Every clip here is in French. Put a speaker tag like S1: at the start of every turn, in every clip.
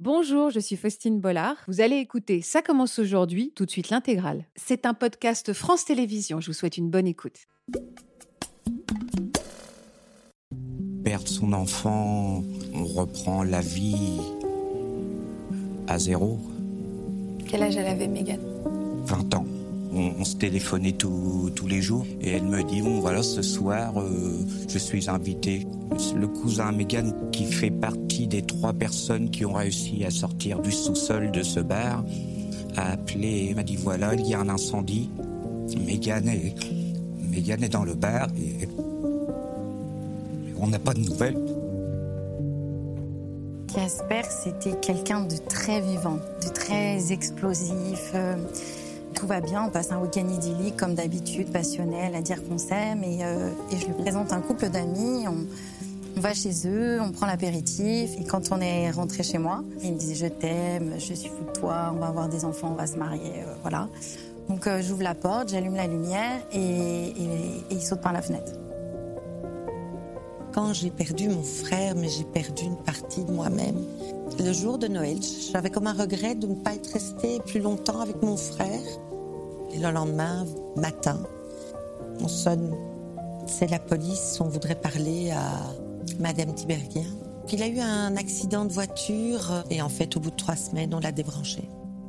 S1: Bonjour, je suis Faustine Bollard. Vous allez écouter Ça commence aujourd'hui, tout de suite l'intégrale. C'est un podcast France Télévisions. Je vous souhaite une bonne écoute.
S2: Perdre son enfant, on reprend la vie à zéro.
S3: Quel âge elle avait, Mégane ?
S2: 20 ans. On se téléphonait tous les jours et elle me dit, bon voilà, ce soir, je suis invitée. Le cousin Mégane, qui fait partie des 3 personnes qui ont réussi à sortir du sous-sol de ce bar, a appelé, m'a dit, voilà, il y a un incendie. Mégane est dans le bar et on n'a pas de nouvelles.
S4: Casper, c'était quelqu'un de très vivant, de très explosif. Tout va bien, on passe un week-end idyllique comme d'habitude, passionnel, à dire qu'on s'aime. Et je lui présente un couple d'amis, on va chez eux, on prend l'apéritif. Et quand on est rentré chez moi, il me disait « je t'aime, je suis fou de toi, on va avoir des enfants, on va se marier », voilà. Donc j'ouvre la porte, j'allume la lumière et il saute par la fenêtre.
S5: Quand j'ai perdu mon frère, mais j'ai perdu une partie de moi-même. Le jour de Noël, j'avais comme un regret de ne pas être restée plus longtemps avec mon frère. Et le lendemain matin, on sonne, c'est la police, on voudrait parler à Madame Tiberghien. Il a eu un accident de voiture et en fait, au bout de 3 semaines, on l'a débranché.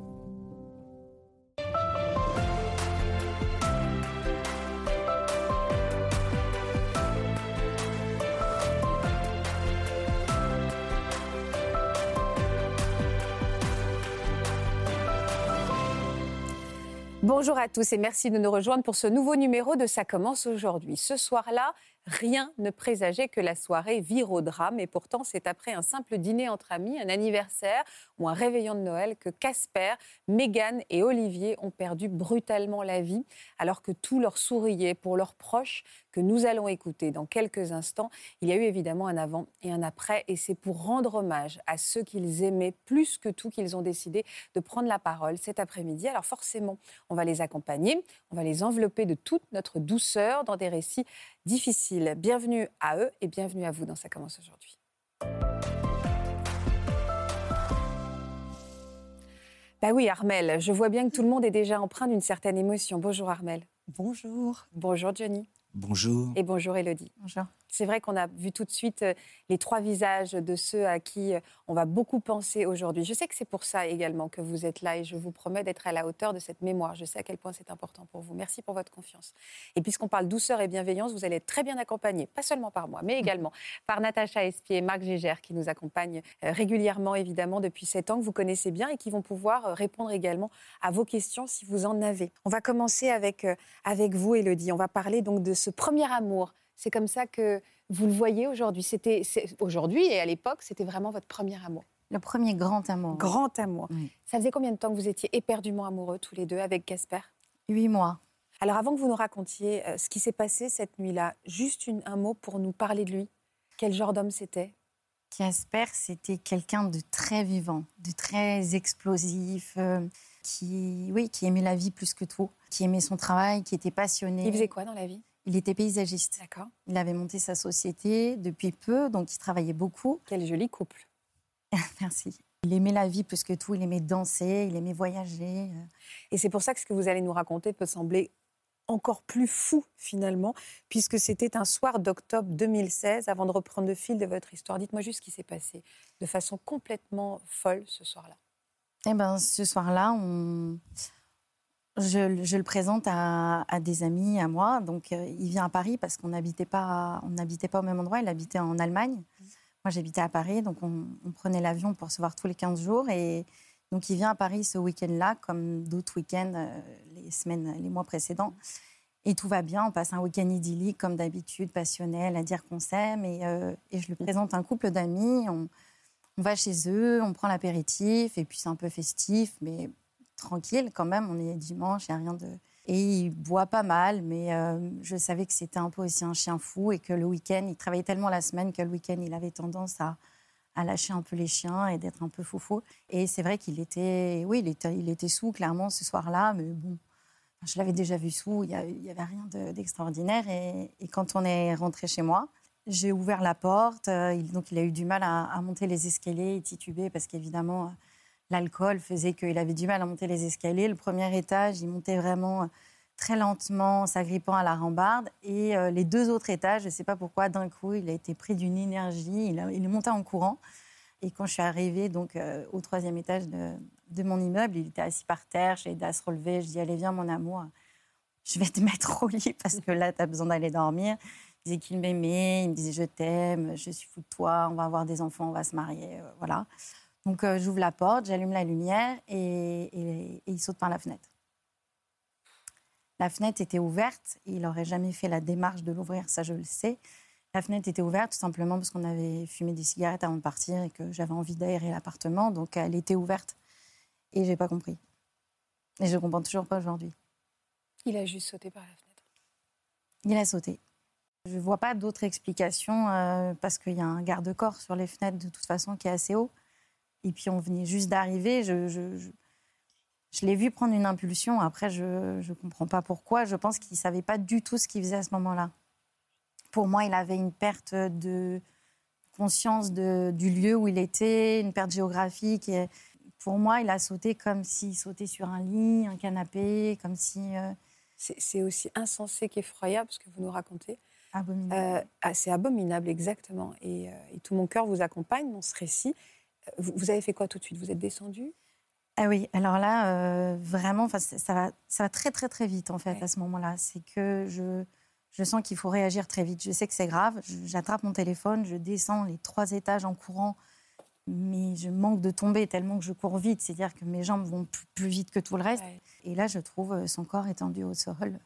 S3: Bonjour à tous et merci de nous rejoindre pour ce nouveau numéro de Ça commence aujourd'hui. Ce soir-là, rien ne présageait que la soirée vire au drame et pourtant c'est après un simple dîner entre amis, un anniversaire ou un réveillon de Noël que Casper, Mégane et Olivier ont perdu brutalement la vie alors que tout leur souriait pour leurs proches que nous allons écouter dans quelques instants. Il y a eu évidemment un avant et un après et c'est pour rendre hommage à ceux qu'ils aimaient plus que tout qu'ils ont décidé de prendre la parole cet après-midi. Alors forcément, on va les accompagner, on va les envelopper de toute notre douceur dans des récits difficiles. Bienvenue à eux et bienvenue à vous dans Ça commence aujourd'hui. Bah oui, Armelle, je vois bien que tout le monde est déjà empreint d'une certaine émotion. Bonjour Armelle.
S5: Bonjour.
S3: Bonjour Johnny.
S2: Bonjour.
S3: Et bonjour Élodie.
S4: Bonjour.
S3: C'est vrai qu'on a vu tout de suite les 3 visages de ceux à qui on va beaucoup penser aujourd'hui. Je sais que c'est pour ça également que vous êtes là et je vous promets d'être à la hauteur de cette mémoire. Je sais à quel point c'est important pour vous. Merci pour votre confiance. Et puisqu'on parle douceur et bienveillance, vous allez être très bien accompagnés, pas seulement par moi, mais également par Natacha Espier et Marc Gégère qui nous accompagnent régulièrement, évidemment, depuis 7 ans, que vous connaissez bien et qui vont pouvoir répondre également à vos questions si vous en avez. On va commencer avec vous, Élodie. On va parler donc de ce premier amour. C'est comme ça que vous le voyez aujourd'hui. Aujourd'hui et à l'époque, c'était vraiment votre premier amour.
S4: Le premier grand amour.
S3: Grand amour.
S4: Oui.
S3: Ça faisait combien de temps que vous étiez éperdument amoureux tous les deux avec Casper ?
S4: 8 mois.
S3: Alors avant que vous nous racontiez ce qui s'est passé cette nuit-là, juste un mot pour nous parler de lui. Quel genre d'homme c'était ?
S4: Casper, c'était quelqu'un de très vivant, de très explosif, qui aimait la vie plus que tout, qui aimait son travail, qui était passionné.
S3: Il faisait quoi dans la vie ?
S4: Il était paysagiste.
S3: D'accord.
S4: Il avait monté sa société depuis peu, donc il travaillait beaucoup.
S3: Quel joli couple.
S4: Merci. Il aimait la vie plus que tout, il aimait danser, il aimait voyager.
S3: Et c'est pour ça que ce que vous allez nous raconter peut sembler encore plus fou finalement, puisque c'était un soir d'octobre 2016, avant de reprendre le fil de votre histoire. Dites-moi juste ce qui s'est passé de façon complètement folle ce soir-là.
S4: Eh ben, ce soir-là, je le présente à des amis à moi. Donc, il vient à Paris parce qu'on n'habitait pas au même endroit. Il habitait en Allemagne. Moi, j'habitais à Paris. Donc, on prenait l'avion pour se voir tous les 15 jours. Et donc, il vient à Paris ce week-end-là, comme d'autres week-ends, les mois précédents. Et tout va bien. On passe un week-end idyllique, comme d'habitude, passionnel, à dire qu'on s'aime. Et je lui présente un couple d'amis. On va chez eux, on prend l'apéritif. Et puis, c'est un peu festif, mais tranquille quand même, on est dimanche, il n'y a rien de... Et il boit pas mal, mais je savais que c'était un peu aussi un chien fou et que le week-end, il travaillait tellement la semaine que le week-end, il avait tendance à lâcher un peu les chiens et d'être un peu foufou. Et c'est vrai qu'il était, il était sous, clairement, ce soir-là, mais bon, je l'avais déjà vu sous, il n'y avait rien d'extraordinaire. Et quand on est rentré chez moi, J'ai ouvert la porte, donc il a eu du mal à monter les escaliers, il titubait parce qu'évidemment, l'alcool faisait qu'il avait du mal à monter les escaliers. Le premier étage, il montait vraiment très lentement, s'agrippant à la rambarde. Et les 2 autres étages, je ne sais pas pourquoi, d'un coup, il a été pris d'une énergie, il est monté en courant. Et quand je suis arrivée donc, au 3e étage de mon immeuble, il était assis par terre, j'ai aidé à se relever, je dis « Allez, viens mon amour, je vais te mettre au lit parce que là, tu as besoin d'aller dormir ». Il disait qu'il m'aimait, il me disait « Je t'aime, je suis fou de toi, on va avoir des enfants, on va se marier », voilà. Donc j'ouvre la porte, j'allume la lumière et il saute par la fenêtre. La fenêtre était ouverte, il n'aurait jamais fait la démarche de l'ouvrir, ça je le sais. La fenêtre était ouverte tout simplement parce qu'on avait fumé des cigarettes avant de partir et que j'avais envie d'aérer l'appartement, donc elle était ouverte. Et je n'ai pas compris. Et je ne comprends toujours pas aujourd'hui.
S3: Il a juste sauté par la fenêtre.
S4: Il a sauté. Je ne vois pas d'autre explication parce qu'il y a un garde-corps sur les fenêtres de toute façon qui est assez haut. Et puis on venait juste d'arriver. Je l'ai vu prendre une impulsion. Après, je ne comprends pas pourquoi. Je pense qu'il ne savait pas du tout ce qu'il faisait à ce moment-là. Pour moi, il avait une perte de conscience du lieu où il était, une perte géographique. Et pour moi, il a sauté comme s'il sautait sur un lit, un canapé, comme si...
S3: C'est aussi insensé qu'effroyable ce que vous nous racontez.
S4: Abominable.
S3: C'est abominable, exactement. Et tout mon cœur vous accompagne dans ce récit. Vous avez fait quoi tout de suite? Vous êtes descendu?
S4: Ah oui, alors là, vraiment, ça va très, très, très vite, en fait, à ce moment-là. C'est que je sens qu'il faut réagir très vite. Je sais que c'est grave. J'attrape mon téléphone, je descends les 3 étages en courant, mais je manque de tomber tellement que je cours vite. C'est-à-dire que mes jambes vont plus vite que tout le reste. Ouais. Et là, je trouve son corps étendu au sol.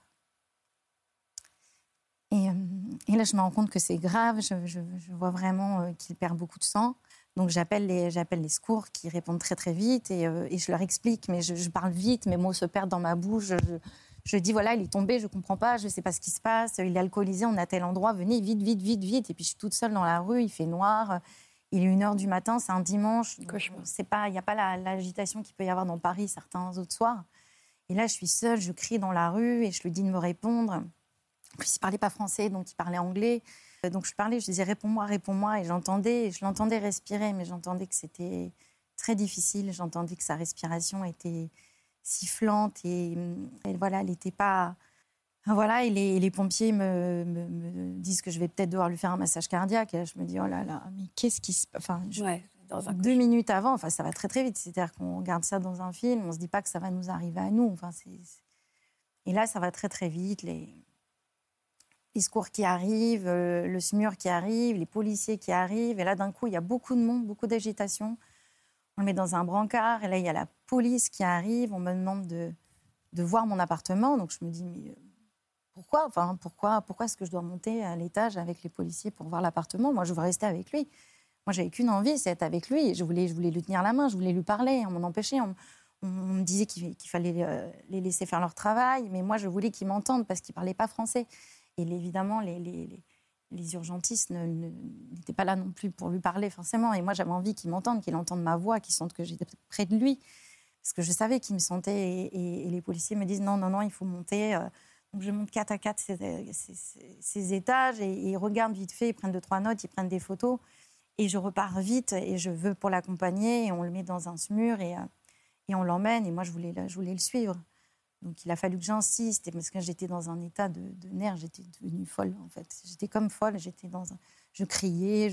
S4: Et là, je me rends compte que c'est grave. Je vois vraiment qu'il perd beaucoup de sang. Donc, j'appelle les secours qui répondent très, très vite. Et je leur explique, mais je parle vite, mes mots se perdent dans ma bouche. Je dis, voilà, il est tombé, je ne comprends pas, je ne sais pas ce qui se passe. Il est alcoolisé, on est à tel endroit, venez, vite, vite, vite, vite. Et puis, je suis toute seule dans la rue, il fait noir. Il est 1h du matin, c'est un dimanche. Il n'y a pas l'agitation qu'il peut y avoir dans Paris certains autres soirs. Et là, je suis seule, je crie dans la rue et je lui dis de me répondre. En plus, il ne parlait pas français, donc il parlait anglais. Donc je disais réponds-moi, réponds-moi. Et je l'entendais respirer, mais j'entendais que c'était très difficile. J'entendais que sa respiration était sifflante et voilà, elle n'était pas... Voilà, et les pompiers me disent que je vais peut-être devoir lui faire un massage cardiaque. Et là, je me dis, oh là là, mais qu'est-ce qui se passe? Enfin, 2 minutes avant, ça va très très vite. C'est-à-dire qu'on regarde ça dans un film, on ne se dit pas que ça va nous arriver à nous. Et là, ça va très très vite. Les secours qui arrivent, le SMUR qui arrive, les policiers qui arrivent. Et là, d'un coup, il y a beaucoup de monde, beaucoup d'agitation. On le met dans un brancard. Et là, il y a la police qui arrive. On me demande de voir mon appartement. Donc, je me dis, mais pourquoi est-ce que je dois monter à l'étage avec les policiers pour voir l'appartement? Moi, je veux rester avec lui. Moi, j'avais qu'une envie, c'est être avec lui. Je voulais lui tenir la main, je voulais lui parler. On m'en empêchait. On me disait qu'il fallait les laisser faire leur travail. Mais moi, je voulais qu'ils m'entendent parce qu'ils ne parlaient pas français. Et évidemment, les urgentistes n'étaient pas là non plus pour lui parler, forcément. Et moi, j'avais envie qu'il m'entende, qu'il entende ma voix, qu'il sente que j'étais près de lui. Parce que je savais qu'il me sentait. Et les policiers me disent non, il faut monter. Donc, je monte 4 à 4 ces étages. Et ils regardent vite fait, ils prennent 2-3 notes, ils prennent des photos. Et je repars vite. Et je veux pour l'accompagner. Et on le met dans un SMUR. Et on l'emmène. Et moi, je voulais le suivre. Donc, il a fallu que j'insiste, parce que j'étais dans un état de nerfs, j'étais devenue folle, en fait. J'étais comme folle, je criais,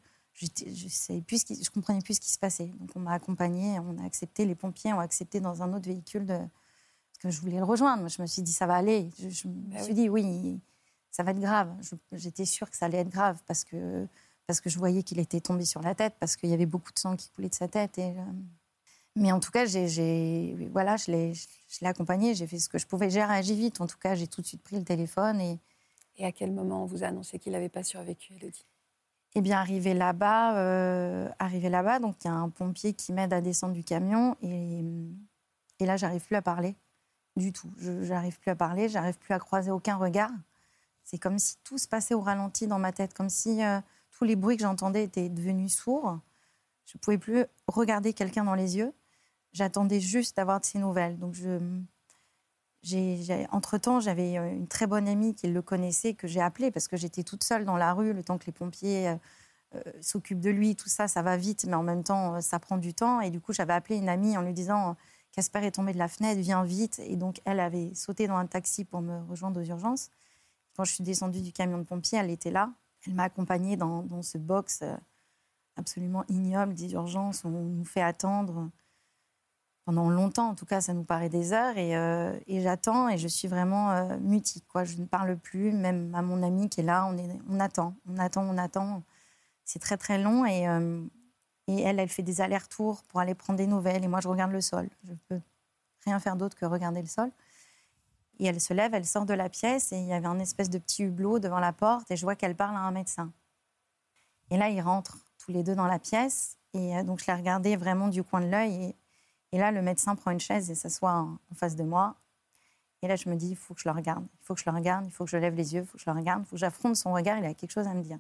S4: je comprenais plus ce qui se passait. Donc, on m'a accompagnée, on a accepté, les pompiers ont accepté dans un autre véhicule, parce que je voulais le rejoindre. Moi, je me suis dit, ça va aller. Je me suis dit, oui, ça va être grave. J'étais sûre que ça allait être grave, parce que je voyais qu'il était tombé sur la tête, parce qu'il y avait beaucoup de sang qui coulait de sa tête. Mais en tout cas, je l'ai accompagné, j'ai fait ce que je pouvais. J'ai réagi vite. En tout cas, j'ai tout de suite pris le téléphone.
S3: Et à quel moment on vous a annoncé qu'il n'avait pas survécu, Élodie?
S4: Eh bien, arrivé là-bas, donc il y a un pompier qui m'aide à descendre du camion. Et là, j'arrive plus à parler du tout. J'arrive plus à parler, j'arrive plus à croiser aucun regard. C'est comme si tout se passait au ralenti dans ma tête, comme si tous les bruits que j'entendais étaient devenus sourds. Je ne pouvais plus regarder quelqu'un dans les yeux. J'attendais juste d'avoir de ses nouvelles. Donc, Entre-temps, j'avais une très bonne amie qui le connaissait, que j'ai appelée parce que j'étais toute seule dans la rue, le temps que les pompiers s'occupent de lui, tout ça, ça va vite, mais en même temps, ça prend du temps. Et du coup, j'avais appelé une amie en lui disant « Casper est tombé de la fenêtre, viens vite ». Et donc, elle avait sauté dans un taxi pour me rejoindre aux urgences. Quand je suis descendue du camion de pompiers, elle était là. Elle m'a accompagnée dans ce box absolument ignoble des urgences où on nous fait attendre pendant longtemps. En tout cas, ça nous paraît des heures. Et j'attends et je suis vraiment mutique, quoi. Je ne parle plus, même à mon amie qui est là. On attend. C'est très, très long. Et elle fait des allers-retours pour aller prendre des nouvelles. Et moi, je regarde le sol. Je ne peux rien faire d'autre que regarder le sol. Et elle se lève, elle sort de la pièce. Et il y avait un espèce de petit hublot devant la porte. Et je vois qu'elle parle à un médecin. Et là, ils rentrent tous les deux dans la pièce. Et donc, je l'ai regardée vraiment du coin de l'œil. Et là, le médecin prend une chaise et s'assoit en face de moi. Et là, je me dis, il faut que je le regarde. Il faut que je le regarde. Il faut que je lève les yeux. Il faut que je le regarde. Il faut que j'affronte son regard. Il a quelque chose à me dire.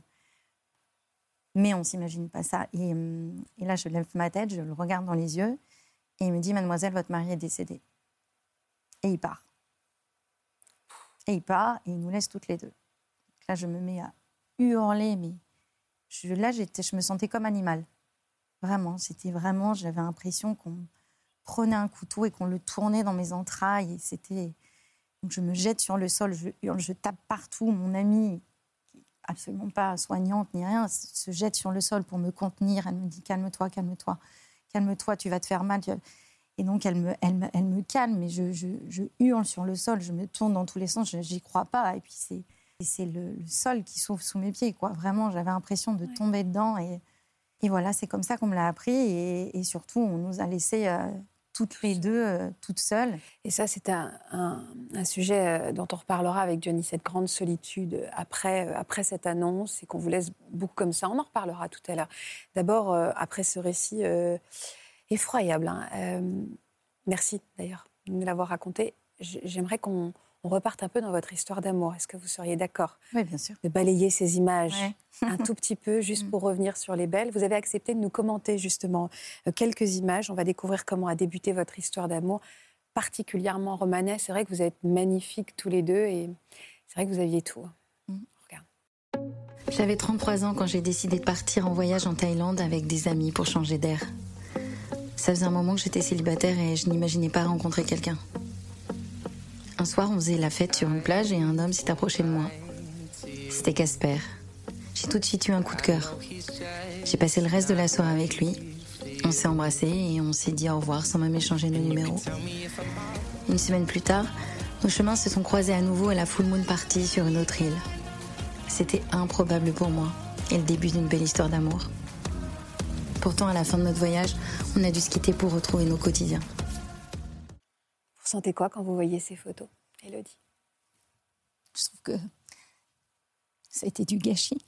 S4: Mais on ne s'imagine pas ça. Et là, je lève ma tête, je le regarde dans les yeux. Et il me dit, mademoiselle, votre mari est décédé. Et il part. Et il nous laisse toutes les deux. Là, je me mets à hurler. Mais je me sentais comme animal. Vraiment, j'avais l'impression qu'on prenait un couteau et qu'on le tournait dans mes entrailles. Et donc je me jette sur le sol, je hurle, je tape partout. Mon amie, qui n'est absolument pas soignante ni rien, se jette sur le sol pour me contenir. Elle me dit, calme-toi, tu vas te faire mal. Et donc elle me calme, mais je hurle sur le sol, je me tourne dans tous les sens, j'y crois pas. Et puis c'est le sol qui s'ouvre sous mes pieds, quoi. Vraiment, j'avais l'impression de tomber dedans. Et voilà, c'est comme ça qu'on me l'a appris. Et surtout, on nous a laissés toutes les deux, toutes seules.
S3: Et ça, c'est un sujet dont on reparlera avec Johnny, cette grande solitude après cette annonce, et qu'on vous laisse beaucoup comme ça. On en reparlera tout à l'heure. D'abord, après ce récit effroyable, merci d'ailleurs de nous l'avoir raconté. J'aimerais qu'on reparte un peu dans votre histoire d'amour. Est-ce que vous seriez d'accord ?
S4: Oui, bien sûr.
S3: De balayer ces images un tout petit peu, juste pour revenir sur les belles. Vous avez accepté de nous commenter justement quelques images. On va découvrir comment a débuté votre histoire d'amour, particulièrement romanesque. C'est vrai que vous êtes magnifiques tous les deux et c'est vrai que vous aviez tout. Regarde.
S6: J'avais 33 ans quand j'ai décidé de partir en voyage en Thaïlande avec des amis pour changer d'air. Ça faisait un moment que j'étais célibataire et je n'imaginais pas rencontrer quelqu'un. Un soir, on faisait la fête sur une plage et un homme s'est approché de moi. C'était Casper. J'ai tout de suite eu un coup de cœur. J'ai passé le reste de la soirée avec lui. On s'est embrassés et on s'est dit au revoir sans même échanger nos numéros. Une semaine plus tard, nos chemins se sont croisés à nouveau à la full moon party sur une autre île. C'était improbable pour moi et le début d'une belle histoire d'amour. Pourtant, à la fin de notre voyage, on a dû se quitter pour retrouver nos quotidiens.
S3: Vous ressentez quoi quand vous voyez ces photos, Élodie ?
S4: Je trouve que ça a été du gâchis.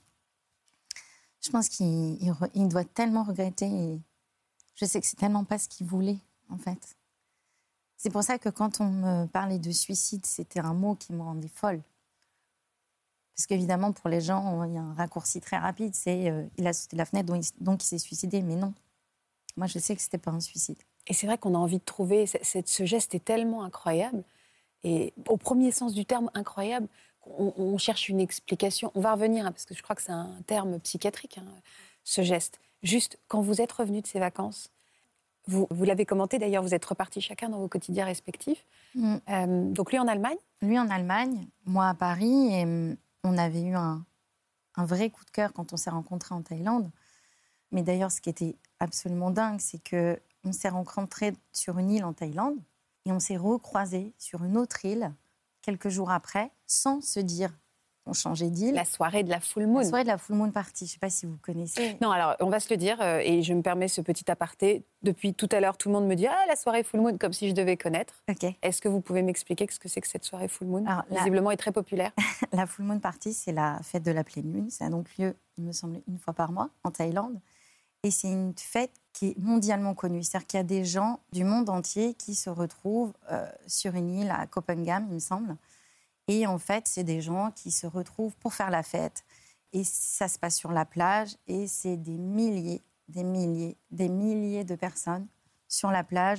S4: Je pense qu'il doit tellement regretter. Et je sais que c'est tellement pas ce qu'il voulait, en fait. C'est pour ça que quand on me parlait de suicide, c'était un mot qui me rendait folle. Parce qu'évidemment, pour les gens, il y a un raccourci très rapide. C'est il a sauté de la fenêtre, donc il s'est suicidé. Mais non. Moi, je sais que c'était pas un suicide.
S3: Et c'est vrai qu'on a envie de trouver... Ce geste est tellement incroyable. Et au premier sens du terme, incroyable, on cherche une explication. On va revenir, parce que je crois que c'est un terme psychiatrique, ce geste. Juste, quand vous êtes revenus de ces vacances, vous l'avez commenté d'ailleurs, vous êtes repartis chacun dans vos quotidiens respectifs. Donc lui en Allemagne ?
S4: Lui en Allemagne, moi à Paris. Et on avait eu un vrai coup de cœur quand on s'est rencontrés en Thaïlande. Mais d'ailleurs, ce qui était absolument dingue, c'est qu'on s'est rencontrés sur une île en Thaïlande et on s'est recroisés sur une autre île quelques jours après, sans se dire on changeait d'île.
S3: La soirée de la full moon.
S4: La soirée de la full moon party, je ne sais pas si vous connaissez.
S3: Non, alors on va se le dire, et je me permets ce petit aparté. Depuis tout à l'heure, tout le monde me dit « Ah, la soirée full moon », comme si je devais connaître.
S4: Okay.
S3: Est-ce que vous pouvez m'expliquer ce que c'est que cette soirée full moon ? Alors, visiblement, est très populaire.
S4: La full moon party, c'est la fête de la pleine lune. Ça a donc lieu, il me semble, une fois par mois en Thaïlande. Et c'est une fête qui est mondialement connue. C'est-à-dire qu'il y a des gens du monde entier qui se retrouvent sur une île à Copenhague, il me semble. Et en fait, c'est des gens qui se retrouvent pour faire la fête. Et ça se passe sur la plage. Et c'est des milliers de personnes sur la plage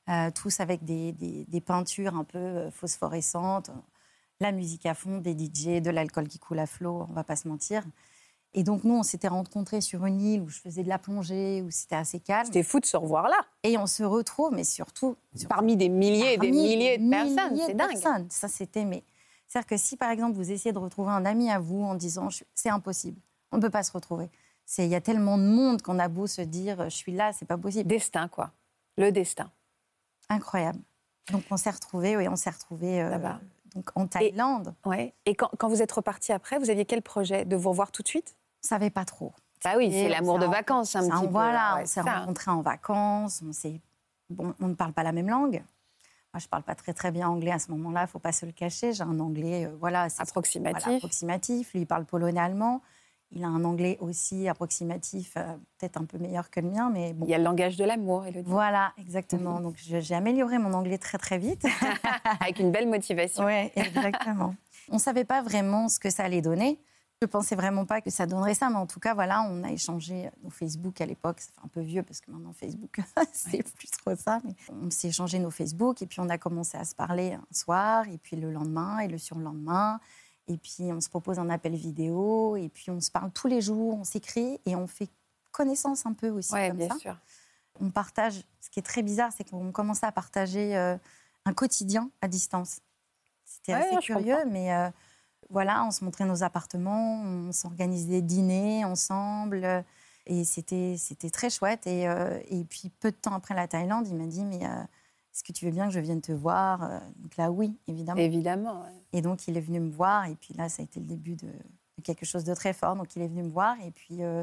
S4: tous avec des peintures un peu phosphorescentes, la musique à fond, des DJ, de l'alcool qui coule à flot, on ne va pas se mentir. Et donc, nous, on s'était rencontrés sur une île où je faisais de la plongée, où c'était assez calme.
S3: C'était fou de se revoir là.
S4: Et on se retrouve, mais surtout...
S3: Parmi des milliers et des milliers de personnes, c'est dingue.
S4: Ça, c'était... C'est-à-dire que si, par exemple, vous essayez de retrouver un ami à vous en disant « c'est impossible, on ne peut pas se retrouver ». Il y a tellement de monde qu'on a beau se dire « je suis là, c'est pas possible ».
S3: Destin, quoi. Le destin.
S4: Incroyable. Donc, on s'est retrouvés, là-bas. Donc, en Thaïlande.
S3: Et quand vous êtes repartis après, vous aviez quel projet? De vous revoir tout de suite?
S4: On ne savait pas trop.
S3: Bah oui, c'est l'amour de vacances un petit peu.
S4: Voilà, on s'est rencontrés en vacances. On ne parle pas la même langue. Moi, je ne parle pas très, très bien anglais à ce moment-là, il ne faut pas se le cacher. J'ai un anglais approximatif. Lui, il parle polonais-allemand. Il a un anglais aussi approximatif, peut-être un peu meilleur que le mien, mais bon.
S3: Il y a le langage de l'amour, Élodie.
S4: Voilà, exactement. Donc, j'ai amélioré mon anglais très, très vite.
S3: Avec une belle motivation.
S4: Oui, exactement. On ne savait pas vraiment ce que ça allait donner. Je ne pensais vraiment pas que ça donnerait ça, mais en tout cas, voilà, on a échangé nos Facebook à l'époque. Ça fait un peu vieux parce que maintenant, Facebook, c'est plus trop ça. Mais on s'est échangé nos Facebook et puis on a commencé à se parler un soir, et puis le lendemain et le surlendemain. Et puis on se propose un appel vidéo, et puis on se parle tous les jours, on s'écrit et on fait connaissance un peu aussi comme
S3: bien
S4: ça.
S3: Sûr.
S4: On partage, ce qui est très bizarre, c'est qu'on commençait à partager un quotidien à distance. C'était assez curieux, mais... Voilà, on se montrait nos appartements, on s'organisait des dîners ensemble et c'était très chouette. Et puis, peu de temps après la Thaïlande, il m'a dit « Mais est-ce que tu veux bien que je vienne te voir ?» Donc là, oui, évidemment.
S3: Évidemment, ouais.
S4: Et donc, il est venu me voir et puis là, ça a été le début de quelque chose de très fort. Donc, il est venu me voir et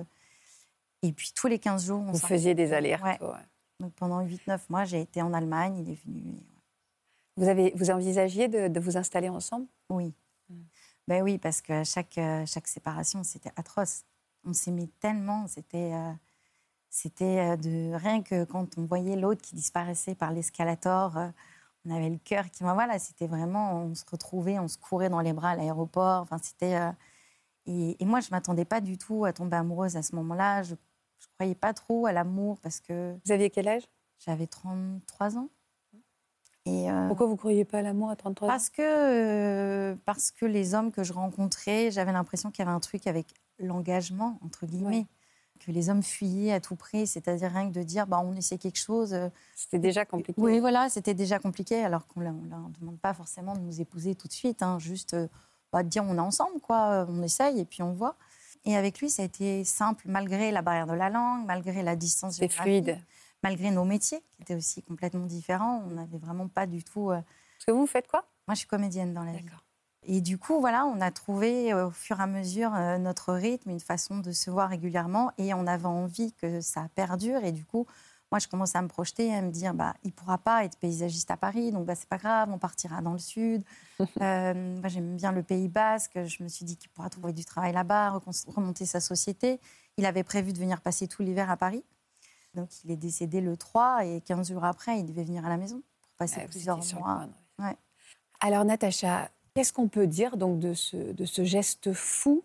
S4: puis tous les 15 jours...
S3: Vous faisiez des allers-retours.
S4: Ouais. Donc, pendant 8-9 mois, j'ai été en Allemagne, il est venu.
S3: Vous envisagiez de vous installer ensemble?
S4: Oui. Ben oui, parce que chaque séparation, c'était atroce. On s'aimait tellement, c'était de rien que quand on voyait l'autre qui disparaissait par l'escalator, on avait le cœur qui... Voilà, c'était vraiment... On se retrouvait, on se courait dans les bras à l'aéroport. Enfin, c'était... Et moi, je ne m'attendais pas du tout à tomber amoureuse à ce moment-là. Je ne croyais pas trop à l'amour parce que...
S3: Vous aviez quel âge?
S4: J'avais 33 ans. Et
S3: pourquoi vous ne croyez pas à l'amour à 33 ans?
S4: Parce que les hommes que je rencontrais, j'avais l'impression qu'il y avait un truc avec l'engagement, entre guillemets, que les hommes fuyaient à tout prix, c'est-à-dire rien que de dire on essaie quelque chose.
S3: C'était déjà compliqué.
S4: Oui, voilà, c'était déjà compliqué, alors qu'on ne leur demande pas forcément de nous épouser tout de suite, juste de dire on est ensemble, quoi, on essaye et puis on voit. Et avec lui, ça a été simple, malgré la barrière de la langue, malgré la distance géographique.
S3: C'est fluide.
S4: Malgré nos métiers, qui étaient aussi complètement différents, on n'avait vraiment pas du tout...
S3: Parce que vous faites quoi?
S4: Moi, je suis comédienne dans la vie.
S3: D'accord.
S4: Et du coup, voilà, on a trouvé au fur et à mesure notre rythme, une façon de se voir régulièrement, et on avait envie que ça perdure. Et du coup, moi, je commençais à me projeter, à me dire, il ne pourra pas être paysagiste à Paris, donc c'est pas grave, on partira dans le sud. Moi, j'aime bien le Pays Basque. Je me suis dit qu'il pourra trouver du travail là-bas, remonter sa société. Il avait prévu de venir passer tout l'hiver à Paris. Donc, il est décédé le 3 et 15 jours après, il devait venir à la maison pour passer plusieurs mois. Ouais.
S3: Alors, Natacha, qu'est-ce qu'on peut dire donc, de ce geste fou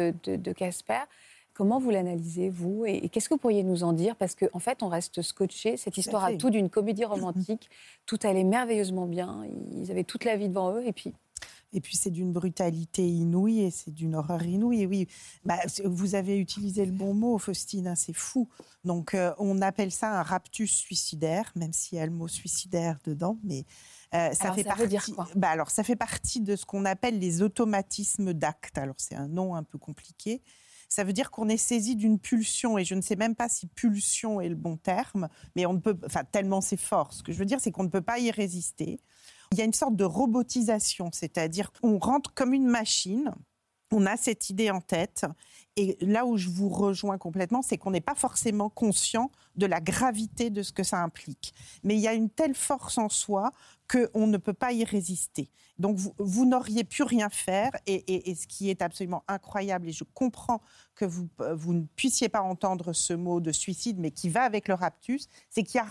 S3: de Casper? Comment vous l'analysez, vous? Et qu'est-ce que vous pourriez nous en dire? Parce qu'en fait, on reste scotché. Cette histoire a tout d'une comédie romantique. Tout allait merveilleusement bien. Ils avaient toute la vie devant eux.
S7: Et puis, c'est d'une brutalité inouïe et c'est d'une horreur inouïe. Et oui, vous avez utilisé le bon mot, Faustine, hein, c'est fou. Donc, on appelle ça un raptus suicidaire, même s'il y a le mot suicidaire dedans. Mais ça veut dire quoi? Alors, ça fait partie de ce qu'on appelle les automatismes d'acte. Alors, c'est un nom un peu compliqué. Ça veut dire qu'on est saisi d'une pulsion, et je ne sais même pas si pulsion est le bon terme, mais on ne peut, tellement c'est fort. Ce que je veux dire, c'est qu'on ne peut pas y résister. Il y a une sorte de robotisation, c'est-à-dire qu'on rentre comme une machine, on a cette idée en tête, et là où je vous rejoins complètement, c'est qu'on n'est pas forcément conscient de la gravité de ce que ça implique. Mais il y a une telle force en soi qu'on ne peut pas y résister. Donc vous n'auriez pu rien faire, et ce qui est absolument incroyable, et je comprends que vous ne puissiez pas entendre ce mot de suicide, mais qui va avec le raptus, c'est qu'il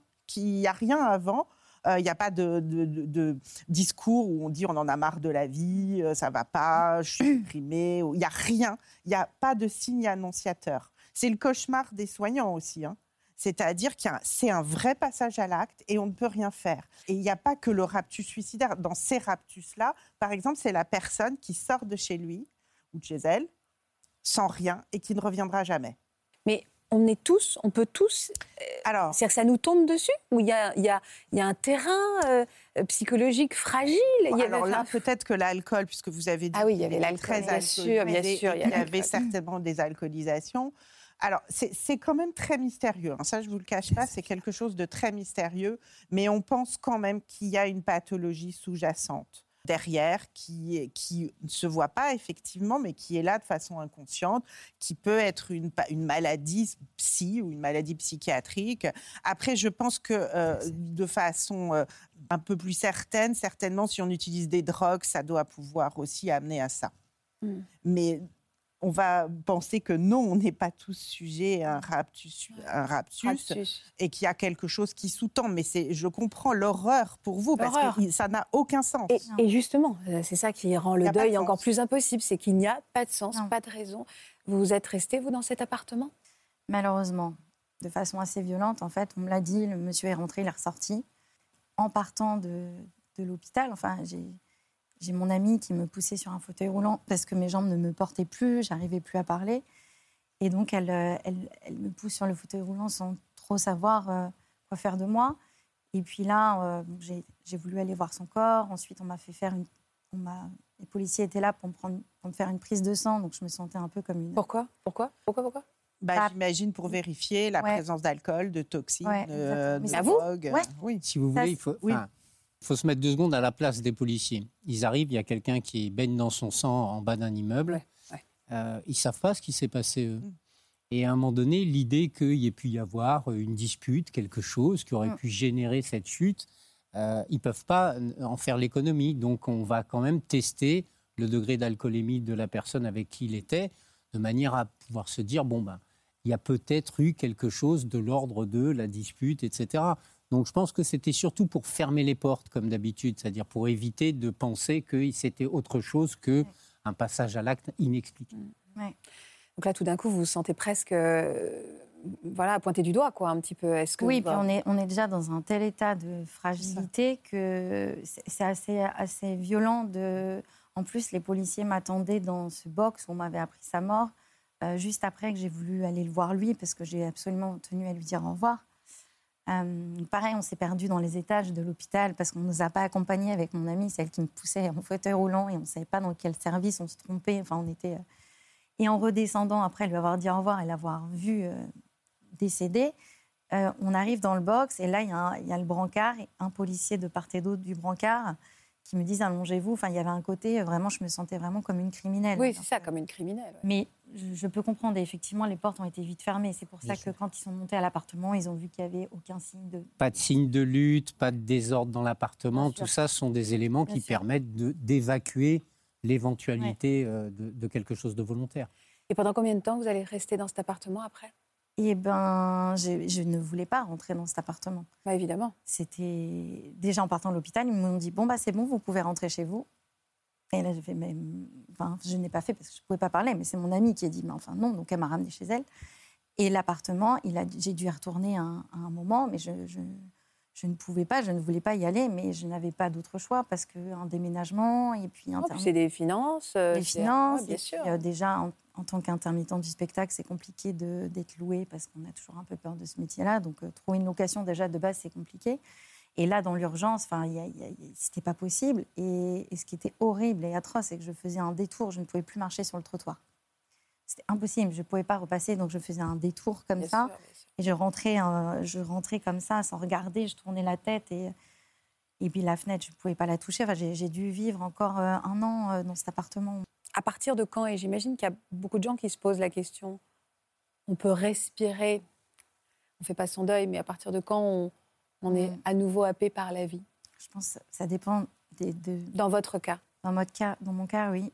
S7: n'y a rien avant. Il n'y a pas de discours où on dit on en a marre de la vie, ça ne va pas, je suis déprimée. Il n'y a rien, il n'y a pas de signe annonciateur. C'est le cauchemar des soignants aussi. Hein. C'est-à-dire que c'est un vrai passage à l'acte et on ne peut rien faire. Et il n'y a pas que le raptus suicidaire. Dans ces raptus-là, par exemple, c'est la personne qui sort de chez lui ou de chez elle sans rien et qui ne reviendra jamais.
S3: Mais on peut tous...
S7: Alors,
S3: c'est-à-dire que ça nous tombe dessus? Ou il y a un terrain psychologique fragile?
S7: Alors là, peut-être que l'alcool, puisque vous avez dit...
S3: Ah oui, il y avait l'alcool,
S7: très
S3: bien sûr.
S7: Il y avait certainement des alcoolisations. Alors, c'est quand même très mystérieux. Ça, je ne vous le cache pas, c'est quelque chose de très mystérieux. Mais on pense quand même qu'il y a une pathologie sous-jacente derrière, qui ne se voit pas effectivement, mais qui est là de façon inconsciente, qui peut être une maladie psy ou une maladie psychiatrique. Après, je pense que de façon un peu plus certaine, certainement, si on utilise des drogues, ça doit pouvoir aussi amener à ça. Mais on va penser que non, on n'est pas tous sujets à un raptus. Et qu'il y a quelque chose qui sous-tend. Mais je comprends l'horreur pour vous, parce que ça n'a aucun sens.
S3: Et justement, c'est ça qui rend le deuil encore plus impossible, c'est qu'il n'y a pas de sens, pas de raison. Vous êtes resté, vous, dans cet appartement?
S4: Malheureusement, de façon assez violente. En fait, on me l'a dit, le monsieur est rentré, il est ressorti. En partant de l'hôpital, enfin, j'ai mon amie qui me poussait sur un fauteuil roulant parce que mes jambes ne me portaient plus, j'arrivais plus à parler. Et donc, elle me pousse sur le fauteuil roulant sans trop savoir quoi faire de moi. Et puis là, j'ai voulu aller voir son corps. Ensuite, on m'a fait faire les policiers étaient là pour me faire une prise de sang, donc je me sentais un peu comme une...
S3: Pourquoi
S7: J'imagine pour vérifier la présence d'alcool, de toxines, de drogue.
S4: Oui.
S8: Si vous voulez, il faut se mettre 2 secondes à la place des policiers. Ils arrivent, il y a quelqu'un qui baigne dans son sang en bas d'un immeuble. Ils ne savent pas ce qui s'est passé, eux. Et à un moment donné, l'idée qu'il y ait pu y avoir une dispute, quelque chose qui aurait pu générer cette chute, ils ne peuvent pas en faire l'économie. Donc, on va quand même tester le degré d'alcoolémie de la personne avec qui il était, de manière à pouvoir se dire, il y a peut-être eu quelque chose de l'ordre de la dispute, etc. Donc, je pense que c'était surtout pour fermer les portes, comme d'habitude, c'est-à-dire pour éviter de penser que c'était autre chose qu'un passage à l'acte inexpliqué.
S3: Donc là, tout d'un coup, vous vous sentez presque à pointer du doigt, quoi, un petit peu. Est-ce que
S4: puis on est déjà dans un tel état de fragilité que c'est assez violent. En plus, les policiers m'attendaient dans ce box où on m'avait appris sa mort, juste après que j'ai voulu aller le voir lui, parce que j'ai absolument tenu à lui dire au revoir. Pareil, on s'est perdu dans les étages de l'hôpital parce qu'on ne nous a pas accompagnés avec mon amie, c'est elle qui me poussait en fauteuil roulant et on ne savait pas dans quel service, on se trompait. Enfin, on était... Et en redescendant, après lui avoir dit au revoir et l'avoir vu décédé, on arrive dans le box et là, il y a le brancard et un policier de part et d'autre du brancard qui me disent allongez-vous. Enfin, il y avait un côté, vraiment, je me sentais vraiment comme une criminelle.
S3: Oui, c'est ça, comme une criminelle. Ouais.
S4: Mais je peux comprendre, et effectivement, les portes ont été vite fermées. C'est pour ça que quand ils sont montés à l'appartement, ils ont vu qu'il n'y avait aucun signe de...
S8: Pas de signe de lutte, pas de désordre dans l'appartement. Tout ça sont des éléments qui permettent d'évacuer l'éventualité de quelque chose de volontaire.
S3: Et pendant combien de temps vous allez rester dans cet appartement après ?
S4: Eh bien, je ne voulais pas rentrer dans cet appartement.
S3: Évidemment.
S4: C'était... Déjà, en partant de l'hôpital, ils m'ont dit « Bon, c'est bon, vous pouvez rentrer chez vous ». Et là, j'ai fait je n'ai pas fait parce que je ne pouvais pas parler, mais c'est mon amie qui a dit « Mais enfin, non ». Donc, elle m'a ramenée chez elle. Et l'appartement, j'ai dû y retourner à un moment, mais je ne pouvais pas, je ne voulais pas y aller, mais je n'avais pas d'autre choix parce qu'un déménagement et puis...
S3: puis c'est des finances.
S4: Des finances,
S3: bien sûr.
S4: Puis, déjà, en tant qu'intermittent du spectacle, c'est compliqué d'être loué parce qu'on a toujours un peu peur de ce métier-là. Donc, trouver une location, déjà, de base, c'est compliqué. Et là, dans l'urgence, c'était pas possible. Et ce qui était horrible et atroce, c'est que je faisais un détour. Je ne pouvais plus marcher sur le trottoir. C'était impossible. Je ne pouvais pas repasser. Donc, je faisais un détour comme ça. Bien sûr. Et je rentrais comme ça, sans regarder. Je tournais la tête. Et puis, la fenêtre, je ne pouvais pas la toucher. Enfin, j'ai dû vivre encore 1 an dans cet appartement.
S3: À partir de quand, et j'imagine qu'il y a beaucoup de gens qui se posent la question, on peut respirer, on ne fait pas son deuil, mais à partir de quand on est à nouveau happé par la vie ?
S4: Je pense que ça dépend
S3: Dans votre cas ?
S4: Dans mon cas, oui.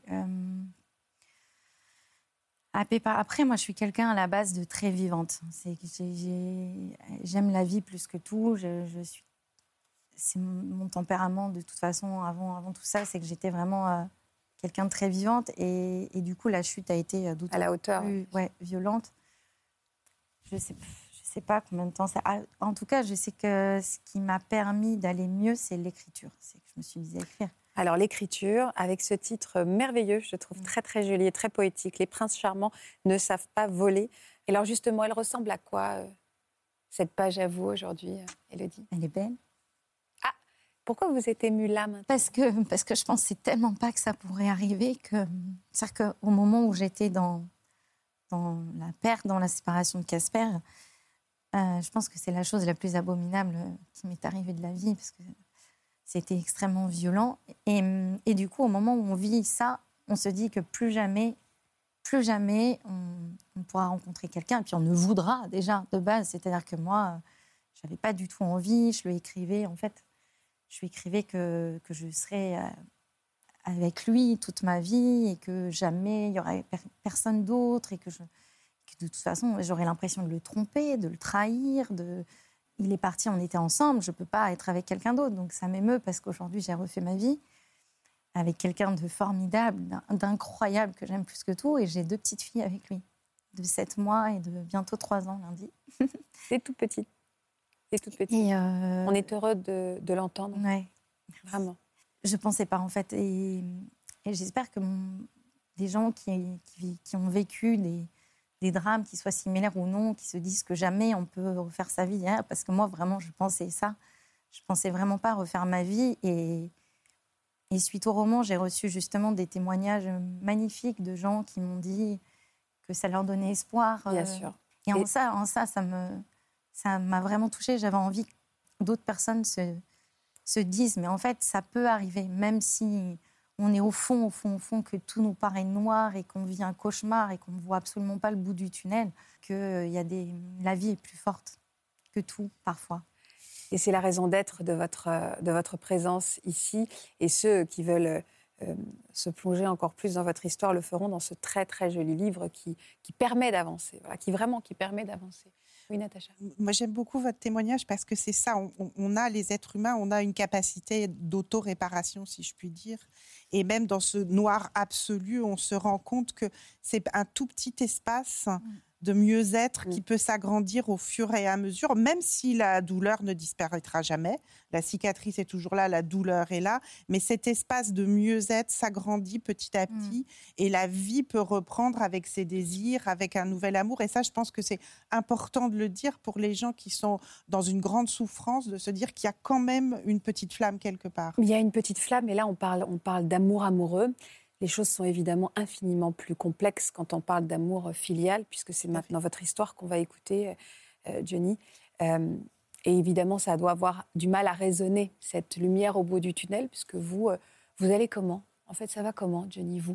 S4: Happé par... Après, moi, je suis quelqu'un à la base de très vivante. J'aime la vie plus que tout. C'est mon tempérament, de toute façon, avant tout ça, c'est que j'étais vraiment... quelqu'un de très vivante et du coup la chute a été
S3: à la hauteur
S4: plus violente. Je sais sais pas combien de temps ça... En tout cas, je sais que ce qui m'a permis d'aller mieux, c'est l'écriture. C'est que je me suis mise à écrire.
S3: Alors, l'écriture, avec ce titre merveilleux, je trouve très, très joli et très poétique. Les princes charmants ne savent pas voler. Et alors, justement, elle ressemble à quoi, cette page à vous, aujourd'hui, Élodie ?
S4: Elle est belle.
S3: Ah, pourquoi vous êtes émue là, maintenant ?
S4: Parce que je pensais tellement pas que ça pourrait arriver que... C'est-à-dire qu'au moment où j'étais dans la perte, dans la séparation de Casper, je pense que c'est la chose la plus abominable qui m'est arrivée de la vie, parce que c'était extrêmement violent. Et du coup, au moment où on vit ça, on se dit que plus jamais on pourra rencontrer quelqu'un. Et puis on ne voudra déjà de base. C'est-à-dire que moi, je n'avais pas du tout envie. Je lui écrivais, en fait, que je serais avec lui toute ma vie et que jamais il n'y aurait personne d'autre et que de toute façon, j'aurais l'impression de le tromper, de le trahir, Il est parti, on était ensemble, je ne peux pas être avec quelqu'un d'autre. Donc ça m'émeut parce qu'aujourd'hui, j'ai refait ma vie avec quelqu'un de formidable, d'incroyable, que j'aime plus que tout. Et j'ai 2 petites filles avec lui, de 7 mois et de bientôt 3 ans lundi.
S3: C'est tout petit. C'est toute petite. On est heureux de l'entendre.
S4: Ouais.
S3: Vraiment.
S4: Je ne pensais pas, en fait. Et j'espère que des gens qui ont vécu des drames, qui soient similaires ou non, qui se disent que jamais on peut refaire sa vie. Hein, parce que moi, vraiment, je pensais ça. Je ne pensais vraiment pas refaire ma vie. Et suite au roman, j'ai reçu justement des témoignages magnifiques de gens qui m'ont dit que ça leur donnait espoir.
S3: Bien sûr.
S4: Et en ça ça m'a vraiment touchée. J'avais envie que d'autres personnes se disent, mais en fait, ça peut arriver, même si on est au fond, que tout nous paraît noir et qu'on vit un cauchemar et qu'on ne voit absolument pas le bout du tunnel, que la vie est plus forte que tout, parfois.
S3: Et c'est la raison d'être de votre présence ici. Et ceux qui veulent se plonger encore plus dans votre histoire le feront dans ce très, très joli livre qui permet d'avancer, voilà, qui permet d'avancer. Oui, Natacha.
S7: Moi, j'aime beaucoup votre témoignage parce que c'est ça, on a, les êtres humains, on a une capacité d'auto-réparation, si je puis dire. Et même dans ce noir absolu, on se rend compte que c'est un tout petit espace de mieux-être qui peut s'agrandir au fur et à mesure, même si la douleur ne disparaîtra jamais. La cicatrice est toujours là, la douleur est là, mais cet espace de mieux-être s'agrandit petit à petit et la vie peut reprendre avec ses désirs, avec un nouvel amour. Et ça, je pense que c'est important de le dire pour les gens qui sont dans une grande souffrance, de se dire qu'il y a quand même une petite flamme quelque part.
S3: Il y a une petite flamme, et là, on parle d'amour amoureux. Les choses sont évidemment infiniment plus complexes quand on parle d'amour filial, puisque c'est maintenant votre histoire qu'on va écouter, Johnny. Et évidemment, ça doit avoir du mal à résonner, cette lumière au bout du tunnel, puisque vous allez comment ? En fait, ça va comment, Johnny, vous ?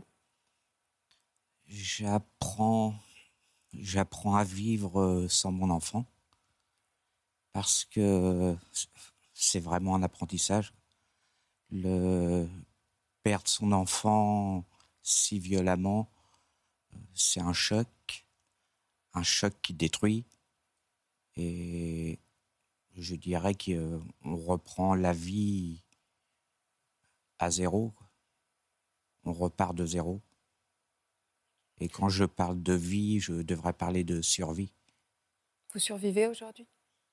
S2: J'apprends à vivre sans mon enfant, parce que c'est vraiment un apprentissage. Perdre son enfant si violemment, c'est un choc qui détruit. Et je dirais qu'on reprend la vie à zéro. On repart de zéro. Et quand je parle de vie, je devrais parler de survie.
S3: Vous survivez aujourd'hui ?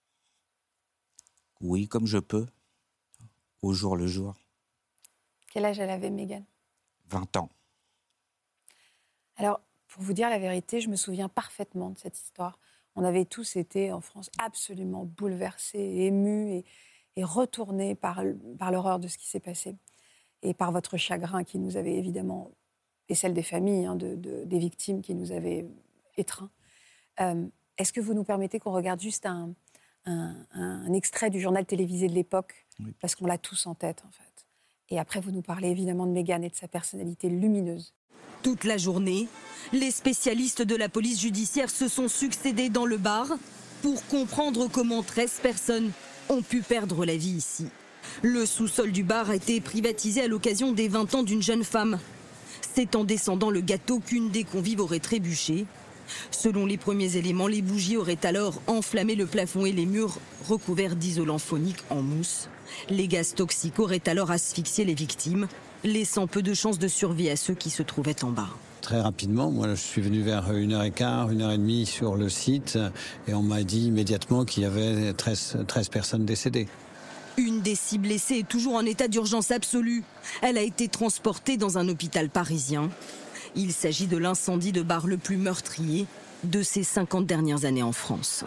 S2: Oui, comme je peux, au jour le jour.
S3: Quel âge elle avait, Mégane ? 20
S2: ans.
S3: Alors, pour vous dire la vérité, je me souviens parfaitement de cette histoire. On avait tous été, en France, absolument bouleversés, émus et retournés par l'horreur de ce qui s'est passé. Et par votre chagrin qui nous avait évidemment, et celle des familles, des victimes qui nous avaient étreints. Est-ce que vous nous permettez qu'on regarde juste un extrait du journal télévisé de l'époque ? Oui. Parce qu'on l'a tous en tête, en fait. Et après, vous nous parlez évidemment de Mégane et de sa personnalité lumineuse.
S9: Toute la journée, les spécialistes de la police judiciaire se sont succédés dans le bar pour comprendre comment 13 personnes ont pu perdre la vie ici. Le sous-sol du bar a été privatisé à l'occasion des 20 ans d'une jeune femme. C'est en descendant le gâteau qu'une des convives aurait trébuché. Selon les premiers éléments, les bougies auraient alors enflammé le plafond et les murs recouverts d'isolant phonique en mousse. Les gaz toxiques auraient alors asphyxié les victimes, laissant peu de chances de survie à ceux qui se trouvaient en bas.
S10: très rapidement. Moi, je suis venu vers 1h15, 1h30 sur le site et on m'a dit immédiatement qu'il y avait 13 personnes décédées.
S9: Une des 6 blessées est toujours en état d'urgence absolue. Elle a été transportée dans un hôpital parisien. Il s'agit de l'incendie de bar le plus meurtrier de ces 50 dernières années en France.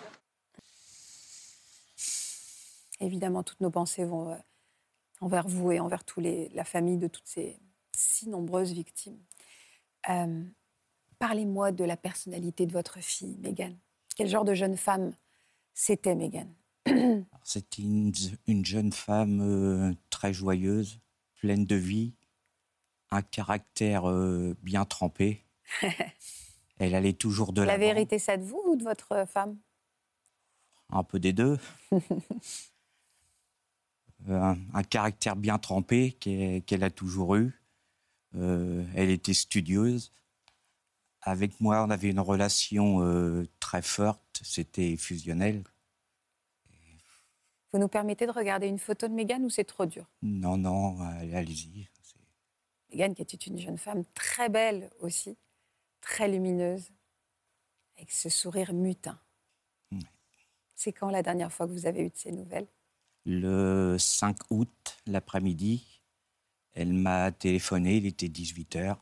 S3: Évidemment, toutes nos pensées vont envers vous et envers la famille de toutes ces si nombreuses victimes. Parlez-moi de la personnalité de votre fille, Mégane. Quel genre de jeune femme c'était, Mégane?
S2: C'était une jeune femme très joyeuse, pleine de vie, un caractère bien trempé. Elle allait toujours de l'avant.
S3: Elle avait hérité ça de vous ou de votre femme?
S2: Un peu des deux. Un caractère bien trempé qu'elle a toujours eu. Elle était studieuse. Avec moi, on avait une relation très forte. C'était fusionnel.
S3: Vous nous permettez de regarder une photo de Mégane ou c'est trop dur?
S2: Non, allez-y.
S3: Mégane qui était une jeune femme très belle aussi, très lumineuse, avec ce sourire mutin.
S2: Ouais.
S3: C'est quand la dernière fois que vous avez eu de ces nouvelles?
S2: Le 5 août, l'après-midi, elle m'a téléphoné, il était 18h,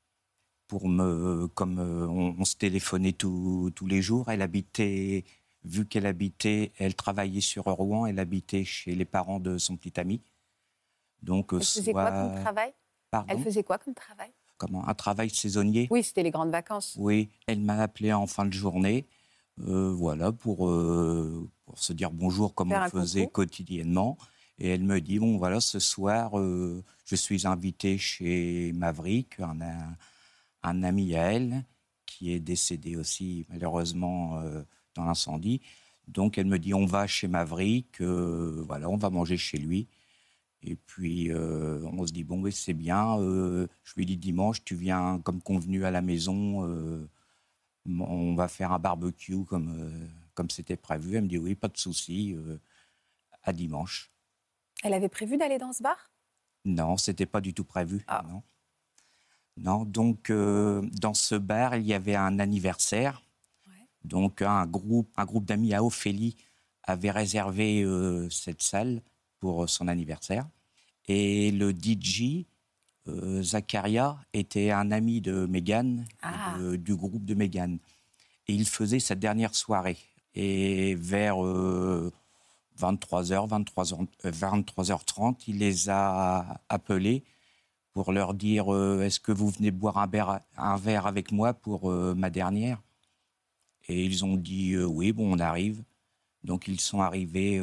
S2: comme on se téléphonait tous les jours. Vu qu'elle habitait, elle travaillait sur Rouen, elle habitait chez les parents de son petit ami. Donc,
S3: elle faisait quoi comme travail?
S2: Pardon?
S3: Elle faisait quoi comme travail?
S2: Un travail saisonnier.
S3: Oui, c'était les grandes vacances.
S2: Oui, elle m'a appelé en fin de journée, pour se dire bonjour comme on faisait quotidiennement. Et elle me dit, bon voilà, ce soir, je suis invitée chez Maverick, un ami à elle, qui est décédé aussi malheureusement dans l'incendie. Donc elle me dit, on va chez Maverick, on va manger chez lui. Et puis on se dit, bon, oui, c'est bien. Je lui dis, dimanche, tu viens comme convenu à la maison, on va faire un barbecue comme c'était prévu. Elle me dit, oui, pas de souci, à dimanche.
S3: Elle avait prévu d'aller dans ce bar? Non,
S2: c'était pas du tout prévu. Ah. Non, donc dans ce bar, il y avait un anniversaire. Ouais. Donc un groupe d'amis à Ophélie avait réservé cette salle pour son anniversaire. Et le DJ, Zacharia, était un ami de Mégane, du groupe de Mégane. Et il faisait sa dernière soirée. Et vers 23h30, il les a appelés pour leur dire est-ce que vous venez boire un verre avec moi pour ma dernière? Et ils ont dit oui, bon, on arrive. Donc ils sont arrivés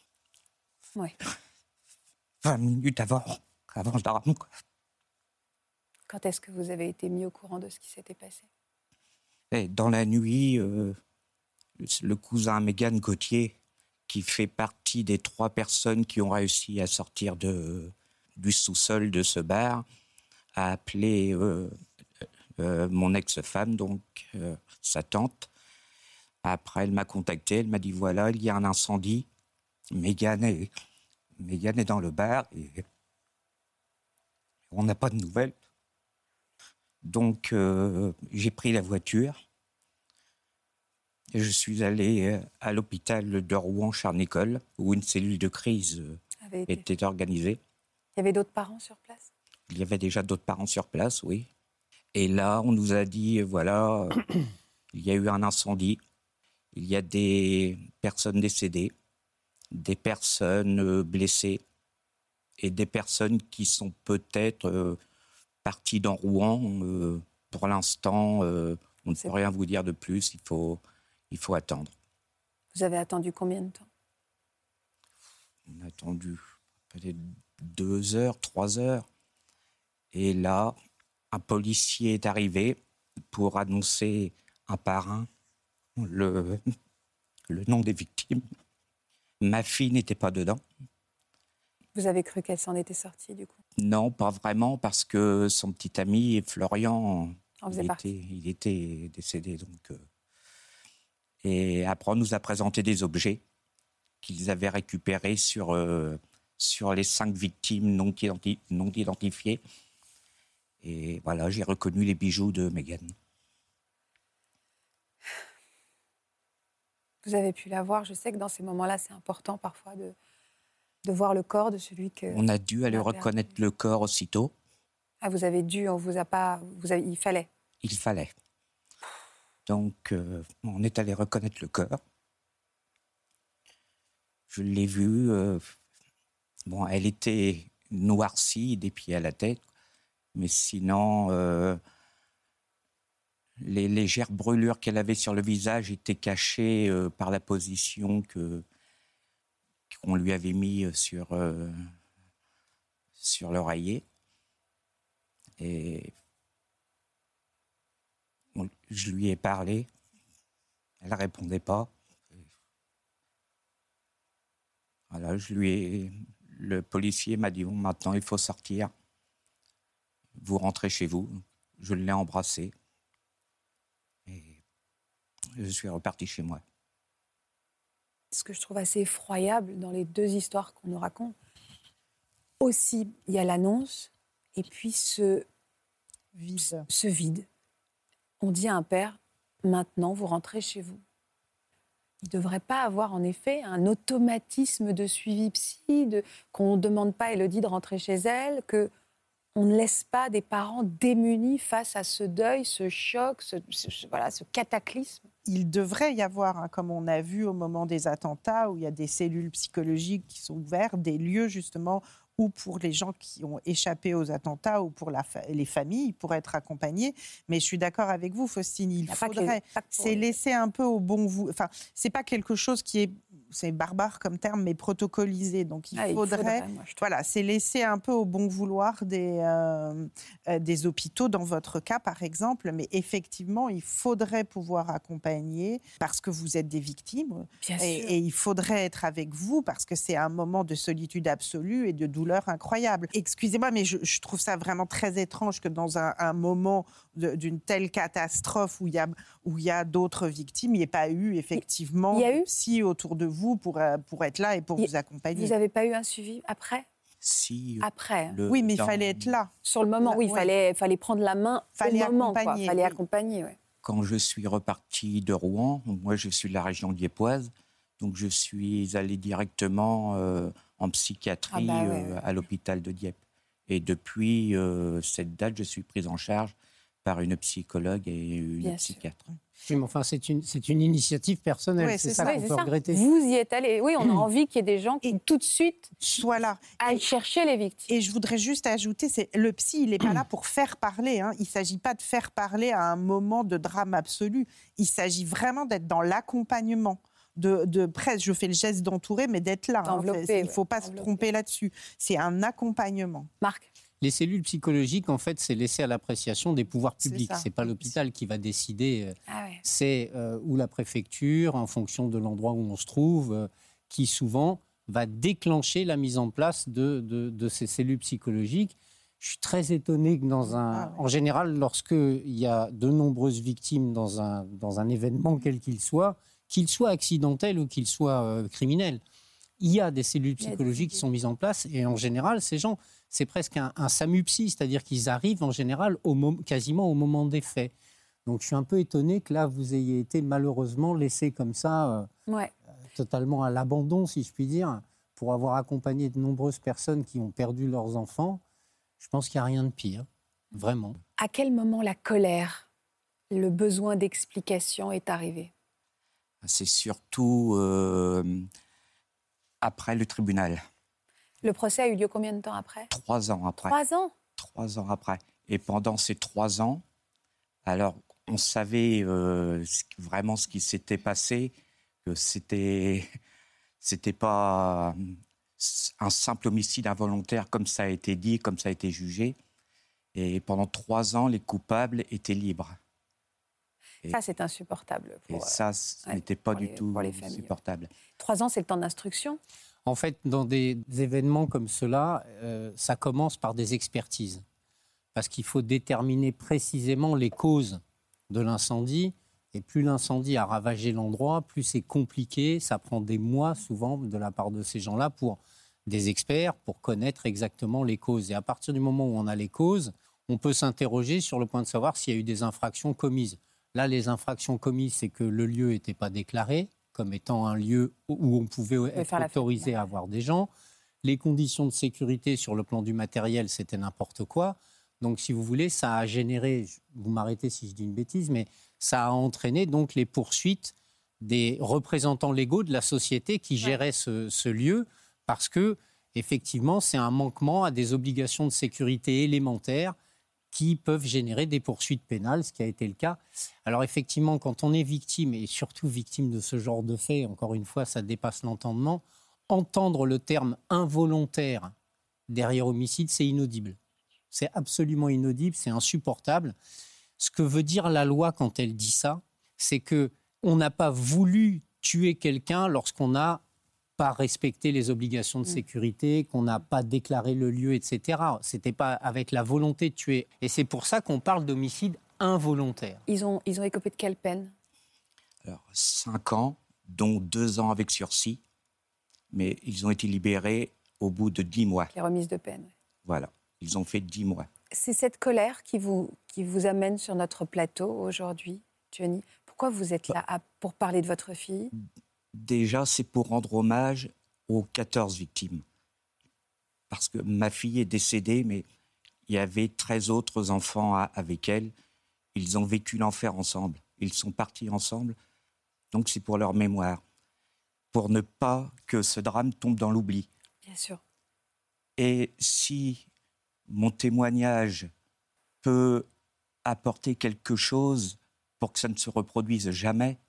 S2: 20 minutes avant le drame.
S3: Quand est-ce que vous avez été mis au courant de ce qui s'était passé?
S2: Dans la nuit, le cousin Mégane Gauthier, qui fait partie des 3 personnes qui ont réussi à sortir du sous-sol de ce bar, a appelé mon ex-femme, donc sa tante. Après, elle m'a contacté, elle m'a dit, voilà, il y a un incendie, Mégane est dans le bar et on n'a pas de nouvelles. Donc, j'ai pris la voiture et je suis allé à l'hôpital de Rouen-Charles-Nicolle, où une cellule de crise était organisée.
S3: Il y avait d'autres parents sur place?
S2: Il y avait déjà d'autres parents sur place, oui. Et là, on nous a dit, voilà, il y a eu un incendie, il y a des personnes décédées, des personnes blessées et des personnes qui sont peut-être parties dans Rouen. Pour l'instant, on ne peut rien vous dire de plus, il faut attendre.
S3: Vous avez attendu combien de temps?
S2: On a attendu peut-être 2 heures, 3 heures. Et là, un policier est arrivé pour annoncer un par un le nom des victimes. Ma fille n'était pas dedans.
S3: Vous avez cru qu'elle s'en était sortie, du coup?
S2: Non, pas vraiment, parce que son petit ami, Florian,
S3: il
S2: était décédé. Donc, et après, on nous a présenté des objets qu'ils avaient récupérés sur les 5 victimes non identifiées. Et voilà, j'ai reconnu les bijoux de Meghan.
S3: Vous avez pu la voir. Je sais que dans ces moments-là, c'est important parfois de voir le corps de celui que...
S2: On a dû aller reconnaître le corps aussitôt.
S3: Ah, vous avez dû, on vous a pas... il fallait.
S2: Il fallait. Donc, on est allé reconnaître le corps. Je l'ai vue. Bon, elle était noircie des pieds à la tête. Mais sinon, les légères brûlures qu'elle avait sur le visage étaient cachées par la position qu'on lui avait mis sur l'oreiller. Et je lui ai parlé. Elle ne répondait pas. Voilà, le policier m'a dit, bon, maintenant il faut sortir. Vous rentrez chez vous. Je l'ai embrassé. Et je suis reparti chez moi.
S3: Ce que je trouve assez effroyable dans les deux histoires qu'on nous raconte, aussi, il y a l'annonce et puis ce vide. On dit à un père, maintenant vous rentrez chez vous. Il ne devrait pas avoir en effet un automatisme de suivi psy, qu'on ne demande pas à Élodie de rentrer chez elle, qu'on ne laisse pas des parents démunis face à ce deuil, ce choc, ce cataclysme.
S7: Il devrait y avoir, comme on a vu au moment des attentats, où il y a des cellules psychologiques qui sont ouvertes, des lieux justement ou pour les gens qui ont échappé aux attentats ou pour les familles, pour être accompagnés. Mais je suis d'accord avec vous, Faustine, il faudrait... C'est laisser un peu au bon vouloir... Enfin, c'est pas quelque chose qui est... C'est barbare comme terme, mais protocolisé. Donc, il faudrait voilà, c'est laisser un peu au bon vouloir des hôpitaux, dans votre cas, par exemple. Mais effectivement, il faudrait pouvoir accompagner parce que vous êtes des victimes. Et il faudrait être avec vous parce que c'est un moment de solitude absolue et de douleur incroyable. Excusez-moi, mais je trouve ça vraiment très étrange que dans un moment d'une telle catastrophe où il y a d'autres victimes, il n'y ait pas eu effectivement de psy autour de vous pour être là et pour vous accompagner.
S3: Vous n'avez pas eu un suivi après ?
S2: Si.
S3: Après.
S7: Oui, mais il fallait être là.
S3: Sur le moment, il fallait prendre la main au moment. Il fallait accompagner. Ouais.
S2: Quand je suis reparti de Rouen, moi je suis de la région diepoise, donc je suis allé directement en psychiatrie à l'hôpital de Dieppe. Et depuis cette date, je suis prise en charge par une psychologue et une psychiatre.
S8: Oui, mais enfin, c'est une initiative personnelle, c'est ça qu'on peut regretter.
S3: Vous y êtes allé. Oui, on a envie qu'il y ait des gens qui tout de suite aillent chercher les victimes.
S7: Et je voudrais juste ajouter, le psy, il n'est pas là pour faire parler. Hein. Il ne s'agit pas de faire parler à un moment de drame absolu. Il s'agit vraiment d'être dans l'accompagnement. Presque, je fais le geste d'entourer, mais d'être là. Il ne faut pas se tromper là-dessus. C'est un accompagnement.
S3: Marc ?
S8: Les cellules psychologiques, en fait, c'est laissé à l'appréciation des pouvoirs publics. Ce n'est pas l'hôpital qui va décider. C'est ou la préfecture, en fonction de l'endroit où on se trouve, qui souvent va déclencher la mise en place de ces cellules psychologiques. Je suis très étonné que en général, lorsqu'il y a de nombreuses victimes dans un événement quel qu'il soit accidentel ou qu'il soit criminel, il y a des cellules psychologiques qui sont mises en place et en général, ces gens, c'est presque un SAMU psy, c'est-à-dire qu'ils arrivent en général quasiment au moment des faits. Donc je suis un peu étonné que là, vous ayez été malheureusement laissé comme ça, totalement à l'abandon, si je puis dire, pour avoir accompagné de nombreuses personnes qui ont perdu leurs enfants. Je pense qu'il n'y a rien de pire, vraiment.
S3: À quel moment la colère, le besoin d'explication est arrivé ?
S2: C'est surtout après le tribunal.
S3: Le procès a eu lieu combien de temps après ?
S2: 3 ans après.
S3: 3 ans ?
S2: 3 ans après. Et pendant ces 3 ans, alors on savait vraiment ce qui s'était passé, que c'était pas un simple homicide involontaire comme ça a été dit, comme ça a été jugé. Et pendant 3 ans, les coupables étaient libres.
S3: Et ça, c'est insupportable.
S2: Et ça, ce n'était pas du tout supportable.
S3: 3 ans, c'est le temps d'instruction ?
S8: En fait, dans des événements comme cela, ça commence par des expertises. Parce qu'il faut déterminer précisément les causes de l'incendie. Et plus l'incendie a ravagé l'endroit, plus c'est compliqué. Ça prend des mois, souvent, de la part de ces gens-là, pour des experts, pour connaître exactement les causes. Et à partir du moment où on a les causes, on peut s'interroger sur le point de savoir s'il y a eu des infractions commises. Là, les infractions commises, c'est que le lieu n'était pas déclaré comme étant un lieu où on pouvait être autorisé à avoir des gens. Les conditions de sécurité sur le plan du matériel, c'était n'importe quoi. Donc, si vous voulez, ça a généré, vous m'arrêtez si je dis une bêtise, mais ça a entraîné donc les poursuites des représentants légaux de la société qui gérait ce lieu, parce que, effectivement, c'est un manquement à des obligations de sécurité élémentaires qui peuvent générer des poursuites pénales, ce qui a été le cas. Alors, effectivement, quand on est victime, et surtout victime de ce genre de fait, encore une fois, ça dépasse l'entendement, entendre le terme involontaire derrière homicide, c'est inaudible. C'est absolument inaudible, c'est insupportable. Ce que veut dire la loi quand elle dit ça, c'est qu'on n'a pas voulu tuer quelqu'un lorsqu'on n'a pas respecté les obligations de sécurité, qu'on n'a pas déclaré le lieu, etc. Ce n'était pas avec la volonté de tuer. Et c'est pour ça qu'on parle d'homicide involontaire.
S3: Ils ont écopé de quelle peine ?
S2: Alors, 5 ans, dont 2 ans avec sursis, mais ils ont été libérés au bout de 10 mois.
S3: Les remises de peine.
S2: Voilà, ils ont fait 10 mois.
S3: C'est cette colère qui vous amène sur notre plateau aujourd'hui, Johnny. Pourquoi vous êtes là pour parler de votre fille ?
S2: Déjà, c'est pour rendre hommage aux 14 victimes. Parce que ma fille est décédée, mais il y avait 13 autres enfants avec elle. Ils ont vécu l'enfer ensemble. Ils sont partis ensemble. Donc c'est pour leur mémoire. Pour ne pas que ce drame tombe dans l'oubli.
S3: Bien sûr.
S2: Et si mon témoignage peut apporter quelque chose pour que ça ne se reproduise jamais,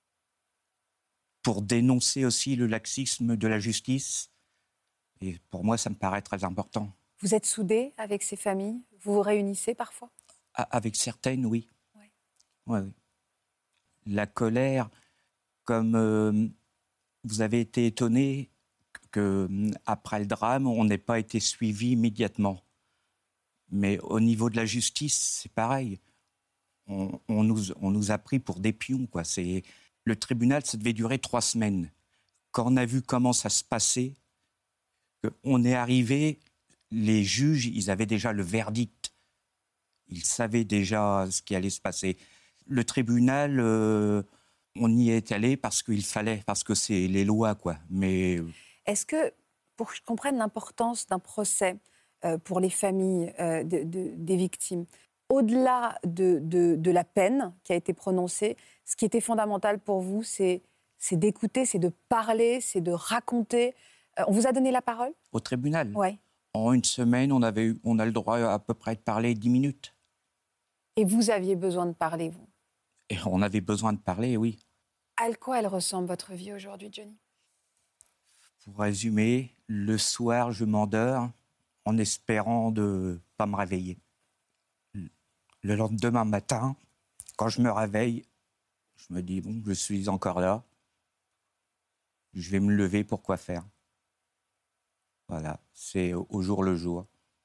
S2: pour dénoncer aussi le laxisme de la justice, et pour moi, ça me paraît très important.
S3: Vous êtes soudés avec ces familles ? Vous vous réunissez parfois ?
S2: Avec certaines, oui.
S3: Ouais.
S2: Ouais, oui. La colère, comme vous avez été étonné qu'après le drame, on n'ait pas été suivi immédiatement. Mais au niveau de la justice, c'est pareil. On nous a pris pour des pions, quoi. Le tribunal, ça devait durer 3 semaines. Quand on a vu comment ça se passait, on est arrivé, les juges, ils avaient déjà le verdict. Ils savaient déjà ce qui allait se passer. Le tribunal, on y est allé parce qu'il fallait, parce que c'est les lois, quoi. Mais
S3: est-ce que, pour que je comprenne l'importance d'un procès pour les familles des victimes, au-delà de la peine qui a été prononcée, ce qui était fondamental pour vous, c'est d'écouter, c'est de parler, c'est de raconter. On vous a donné la parole ?
S2: Au tribunal ?
S3: Oui.
S2: En une semaine, on a le droit à peu près de parler 10 minutes.
S3: Et vous aviez besoin de parler, vous ?
S2: Et on avait besoin de parler, oui.
S3: À quoi elle ressemble, votre vie aujourd'hui, Johnny ?
S2: Pour résumer, le soir, je m'endors en espérant de ne pas me réveiller. Le lendemain matin, quand je me réveille, je me dis, bon, je suis encore là. Je vais me lever pour quoi faire. Voilà, c'est au jour le jour.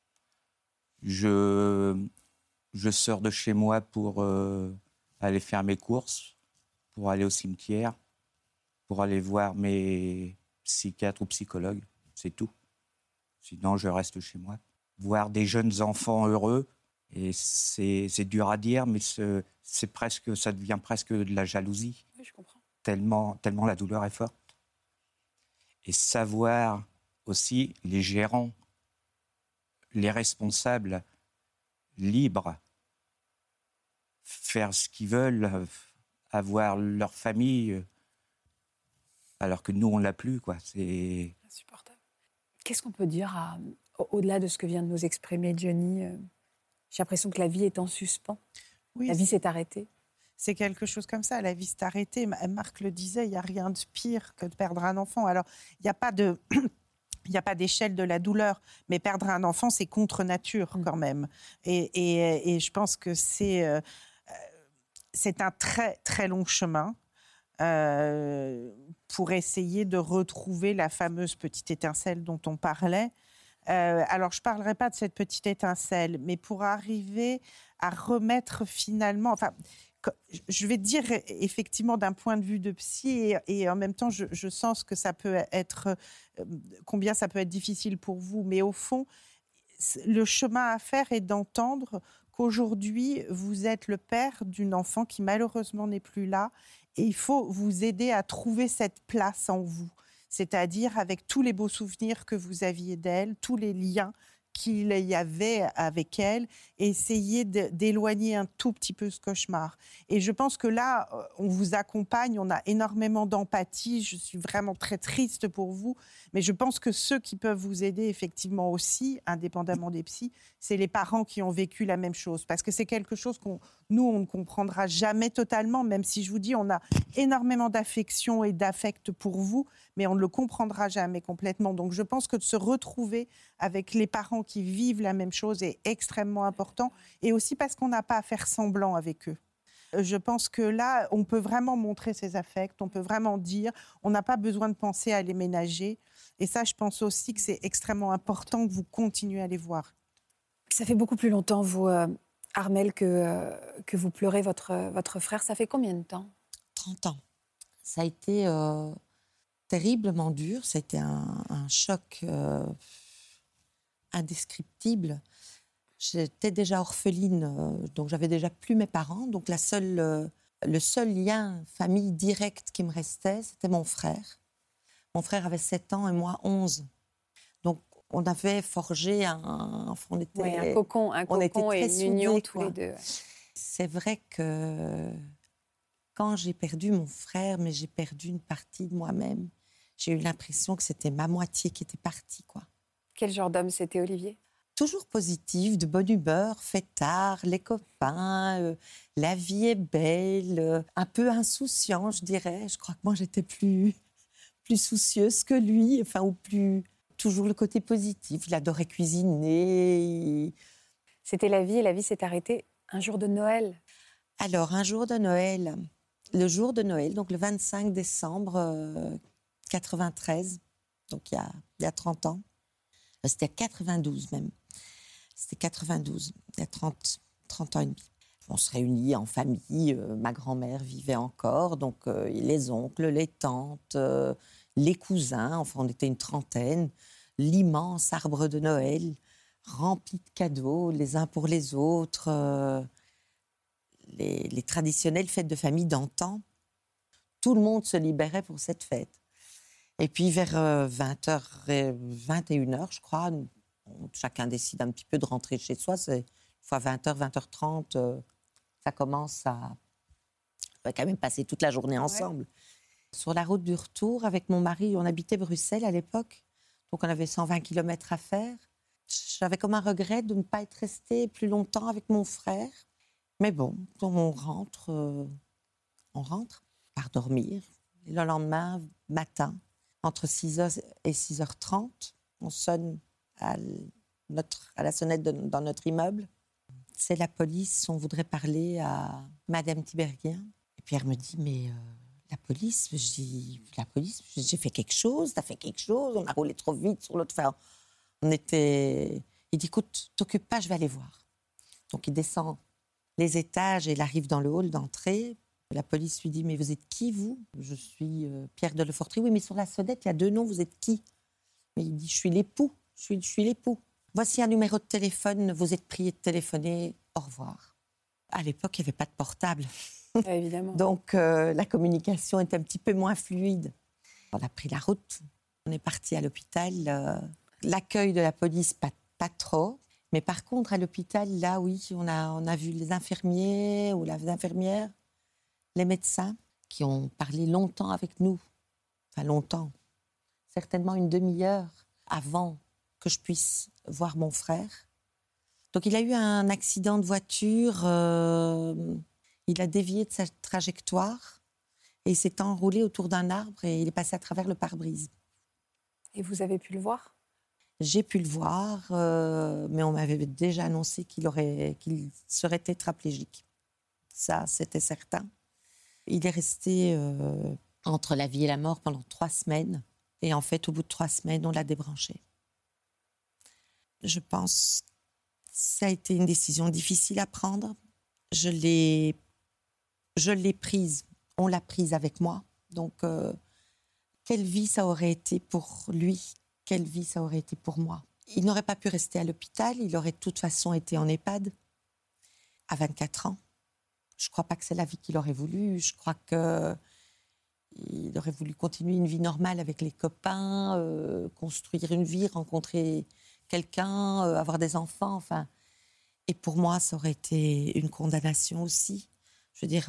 S2: Je sors de chez moi pour aller faire mes courses, pour aller au cimetière, pour aller voir mes psychiatres ou psychologues, c'est tout. Sinon, je reste chez moi. Voir des jeunes enfants heureux, et c'est dur à dire, mais ça devient presque de la jalousie.
S3: Oui, je comprends.
S2: Tellement la douleur est forte. Et savoir aussi les gérants, les responsables libres, faire ce qu'ils veulent, avoir leur famille, alors que nous, on ne l'a plus, quoi. C'est
S3: insupportable. Qu'est-ce qu'on peut dire au-delà de ce que vient de nous exprimer Johnny ? J'ai l'impression que la vie est en suspens. Oui, la vie s'est arrêtée.
S7: C'est quelque chose comme ça, la vie s'est arrêtée. Marc le disait, il n'y a rien de pire que de perdre un enfant. Alors, il n'y a pas de... Il n'y a pas d'échelle de la douleur, mais perdre un enfant, c'est contre nature quand même. Et je pense que c'est un très, très long chemin pour essayer de retrouver la fameuse petite étincelle dont on parlait. Alors, je ne parlerai pas de cette petite étincelle, mais pour arriver à remettre finalement... Enfin, je vais dire effectivement d'un point de vue de psy et en même temps je sens que ça peut être combien ça peut être difficile pour vous, mais au fond Le chemin à faire est d'entendre qu'aujourd'hui, vous êtes le père d'une enfant qui malheureusement n'est plus là et il faut vous aider à trouver cette place en vous. C'est-à-dire avec tous les beaux souvenirs que vous aviez d'elle, tous les liens qu'il y avait avec elle, et essayer d'éloigner un tout petit peu ce cauchemar. Et je pense que là, on vous accompagne, on a énormément d'empathie, je suis vraiment très triste pour vous, mais je pense que ceux qui peuvent vous aider effectivement aussi, indépendamment des psys, c'est les parents qui ont vécu la même chose, parce que c'est quelque chose on ne comprendra jamais totalement, même si je vous dis, on a énormément d'affection et d'affect pour vous, mais on ne le comprendra jamais complètement. Donc je pense que de se retrouver avec les parents qui vivent la même chose est extrêmement important, et aussi parce qu'on n'a pas à faire semblant avec eux. Je pense que là, on peut vraiment montrer ses affects, on peut vraiment dire, on n'a pas besoin de penser à les ménager. Et ça, je pense aussi que c'est extrêmement important que vous continuez à les voir.
S3: Ça fait beaucoup plus longtemps, vous, Armelle, que vous pleurez votre frère. Ça fait combien de temps ?
S5: 30 ans. Ça a été terriblement dur. Ça a été un choc indescriptible. J'étais déjà orpheline, donc j'avais déjà plus mes parents. Donc le seul lien famille direct qui me restait, c'était mon frère. Mon frère avait 7 ans et moi 11. Donc on avait forgé un
S3: cocon et une union tous les deux.
S5: C'est vrai que quand j'ai perdu mon frère, mais j'ai perdu une partie de moi-même, j'ai eu l'impression que c'était ma moitié qui était partie, quoi.
S3: Quel genre d'homme c'était, Olivier ?
S5: Toujours positif, de bonne humeur, fêtard, les copains, la vie est belle, un peu insouciant, je dirais. Je crois que moi, j'étais plus soucieuse que lui, ou plus... Toujours le côté positif, il adorait cuisiner.
S3: C'était la vie, et la vie s'est arrêtée un jour de Noël.
S5: Alors, un jour de Noël, le jour de Noël, donc le 25 décembre 93, donc il y a 30 ans. C'était 92 même. C'était 92, il y a 30 ans et demi. On se réunit en famille, ma grand-mère vivait encore, donc les oncles, les tantes, les cousins, enfin on était une trentaine, l'immense arbre de Noël, rempli de cadeaux les uns pour les autres, les traditionnelles fêtes de famille d'antan. Tout le monde se libérait pour cette fête. Et puis vers 20h, 21h, je crois, chacun décide un petit peu de rentrer chez soi. C'est une fois 20h, 20h30, ça commence à... On va quand même passer toute la journée ensemble. Ouais. Sur la route du retour, avec mon mari, on habitait Bruxelles à l'époque, donc on avait 120 km à faire. J'avais comme un regret de ne pas être restée plus longtemps avec mon frère. Mais bon, on rentre par dormir. Et le lendemain matin, entre 6h et 6h30, on sonne à la sonnette dans notre immeuble. C'est la police, on voudrait parler à Madame Tiberghien. Et puis elle me dit, mais la police, j'ai fait quelque chose, t'as fait quelque chose, on a roulé trop vite sur l'autre. Enfin, il dit, écoute, t'occupe pas, je vais aller voir. Donc il descend les étages et il arrive dans le hall d'entrée. La police lui dit, mais vous êtes qui, vous ? Je suis Pierre de Lefortry. Oui, mais sur la sonnette, il y a 2 noms, vous êtes qui ? Mais il dit, je suis l'époux, je suis l'époux. Voici un numéro de téléphone, vous êtes prié de téléphoner, au revoir. À l'époque, il n'y avait pas de portable.
S3: Évidemment.
S5: Donc, la communication était un petit peu moins fluide. On a pris la route, on est parti à l'hôpital. L'accueil de la police, pas trop. Mais par contre, à l'hôpital, là, oui, on a vu les infirmiers ou les infirmières, les médecins qui ont parlé longtemps avec nous. Enfin, longtemps. Certainement une demi-heure avant que je puisse voir mon frère. Donc, il a eu un accident de voiture. Il a dévié de sa trajectoire et il s'est enroulé autour d'un arbre et il est passé à travers le pare-brise.
S3: Et vous avez pu le voir ?
S5: J'ai pu le voir, mais on m'avait déjà annoncé qu'il serait tétraplégique. Ça, c'était certain. Il est resté entre la vie et la mort pendant 3 semaines. Et en fait, au bout de 3 semaines, on l'a débranché. Je pense que ça a été une décision difficile à prendre. Je l'ai prise. On l'a prise avec moi. Donc, quelle vie ça aurait été pour lui ? Quelle vie ça aurait été pour moi ? Il n'aurait pas pu rester à l'hôpital, il aurait de toute façon été en EHPAD à 24 ans. Je ne crois pas que c'est la vie qu'il aurait voulu. Je crois qu'il aurait voulu continuer une vie normale avec les copains, construire une vie, rencontrer quelqu'un, avoir des enfants. Enfin. Et pour moi, ça aurait été une condamnation aussi. Je veux dire,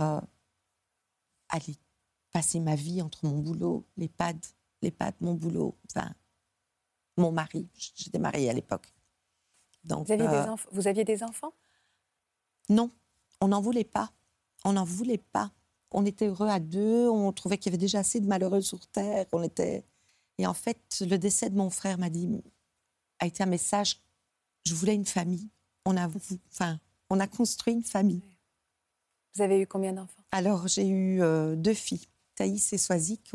S5: aller passer ma vie entre mon boulot, l'EHPAD, mon boulot, enfin, mon mari. J'étais mariée à l'époque. Donc,
S3: vous aviez des enfants ?
S5: Non, on n'en voulait pas. On n'en voulait pas. On était heureux à deux, on trouvait qu'il y avait déjà assez de malheureux sur Terre. Et en fait, le décès de mon frère a été un message. Je voulais une famille. On a construit une famille.
S3: Vous avez eu combien d'enfants ?
S5: Alors, j'ai eu 2 filles, Thaïs et Swazik.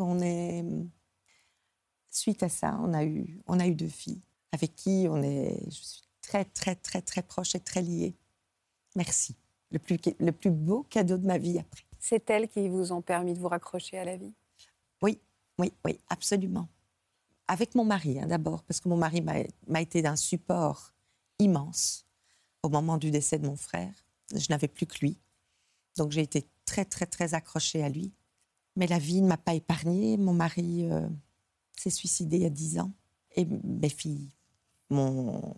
S5: Suite à ça, on a eu 2 filles avec qui je suis très, très, très, très proche et très liée. Merci. Le plus beau cadeau de ma vie après.
S3: C'est elles qui vous ont permis de vous raccrocher à la vie ?
S5: Oui, absolument. Avec mon mari, d'abord, parce que mon mari m'a été d'un support immense au moment du décès de mon frère. Je n'avais plus que lui. Donc j'ai été très, très, très accrochée à lui. Mais la vie ne m'a pas épargnée. Mon mari s'est suicidé il y a 10 ans. Et mes filles m'ont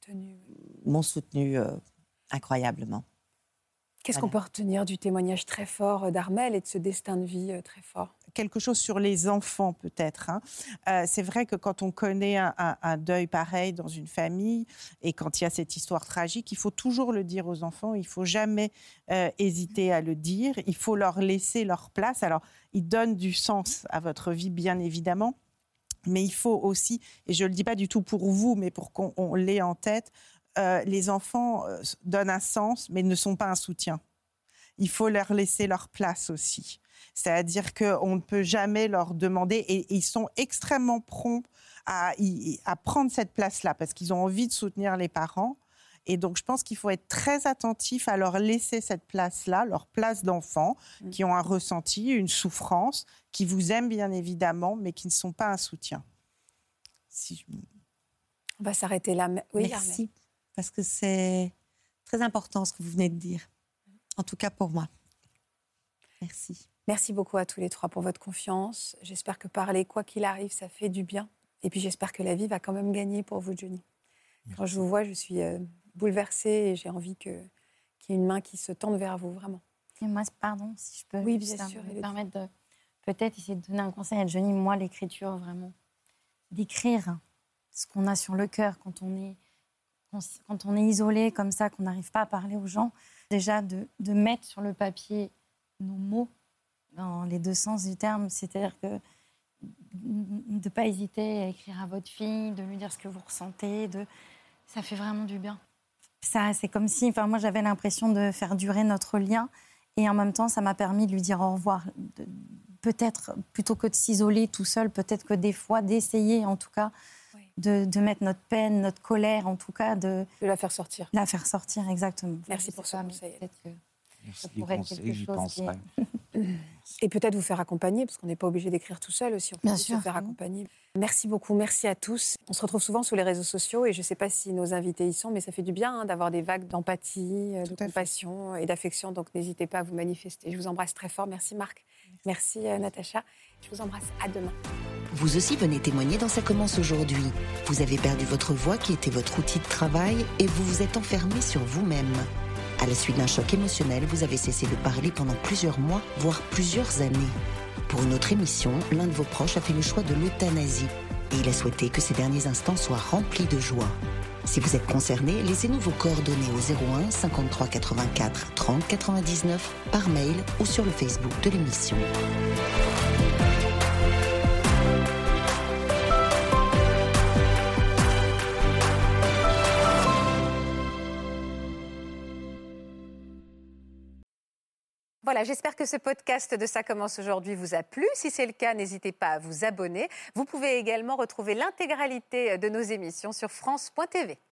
S5: soutenue incroyablement.
S3: Qu'est-ce qu'on peut retenir du témoignage très fort d'Armelle et de ce destin de vie très fort ?
S7: Quelque chose sur les enfants, peut-être. C'est vrai que quand on connaît un deuil pareil dans une famille et quand il y a cette histoire tragique, il faut toujours le dire aux enfants. Il ne faut jamais hésiter à le dire. Il faut leur laisser leur place. Alors, ils donnent du sens à votre vie, bien évidemment. Mais il faut aussi, et je ne le dis pas du tout pour vous, mais pour qu'on l'ait en tête, les enfants donnent un sens, mais ne sont pas un soutien. Il faut leur laisser leur place aussi. C'est-à-dire qu'on ne peut jamais leur demander, et ils sont extrêmement prompts à prendre cette place-là, parce qu'ils ont envie de soutenir les parents. Et donc, je pense qu'il faut être très attentif à leur laisser cette place-là, leur place d'enfants, qui ont un ressenti, une souffrance, qui vous aiment bien évidemment, mais qui ne sont pas un soutien.
S3: On va s'arrêter là. Oui,
S5: merci.
S3: Armelle.
S5: Parce que c'est très important ce que vous venez de dire. En tout cas pour moi. Merci.
S3: Merci beaucoup à tous les 3 pour votre confiance. J'espère que parler, quoi qu'il arrive, ça fait du bien. Et puis j'espère que la vie va quand même gagner pour vous, Johnny. Merci. Quand je vous vois, je suis bouleversée et j'ai envie qu'il y ait une main qui se tende vers vous, vraiment.
S4: Et moi, pardon, si je peux
S3: oui, bien sûr,
S4: me permettre de peut-être essayer de donner un conseil à Johnny. Moi, l'écriture, vraiment, d'écrire ce qu'on a sur le cœur quand on est isolé comme ça, qu'on n'arrive pas à parler aux gens, déjà de mettre sur le papier nos mots dans les 2 sens du terme, c'est-à-dire que de ne pas hésiter à écrire à votre fille, de lui dire ce que vous ressentez, ça fait vraiment du bien. Ça, c'est comme si, moi j'avais l'impression de faire durer notre lien et en même temps ça m'a permis de lui dire au revoir. Peut-être, plutôt que de s'isoler tout seul, peut-être que des fois d'essayer en tout cas de mettre notre peine, notre colère, en tout cas, de
S3: la faire sortir.
S4: La faire sortir, exactement.
S3: Merci pour ce conseil.
S4: Peut-être que
S2: merci
S4: ça pourrait être quelque chose qui est...
S3: Et peut-être vous faire accompagner, parce qu'on n'est pas obligé d'écrire tout seul aussi. On peut se faire accompagner. Merci beaucoup, merci à tous. On se retrouve souvent sur les réseaux sociaux et je ne sais pas si nos invités y sont, mais ça fait du bien d'avoir des vagues d'empathie, de compassion et d'affection. Donc n'hésitez pas à vous manifester. Je vous embrasse très fort. Merci Marc. Merci Natacha. Je vous embrasse. À demain.
S11: Vous aussi venez témoigner dans Ça commence aujourd'hui. Vous avez perdu votre voix qui était votre outil de travail et vous vous êtes enfermé sur vous-même. À la suite d'un choc émotionnel, vous avez cessé de parler pendant plusieurs mois, voire plusieurs années. Pour une autre émission, l'un de vos proches a fait le choix de l'euthanasie et il a souhaité que ces derniers instants soient remplis de joie. Si vous êtes concerné, laissez-nous vos coordonnées au 01 53 84 30 99 par mail ou sur le Facebook de l'émission.
S3: Voilà, j'espère que ce podcast de Ça commence aujourd'hui vous a plu. Si c'est le cas, n'hésitez pas à vous abonner. Vous pouvez également retrouver l'intégralité de nos émissions sur France.tv.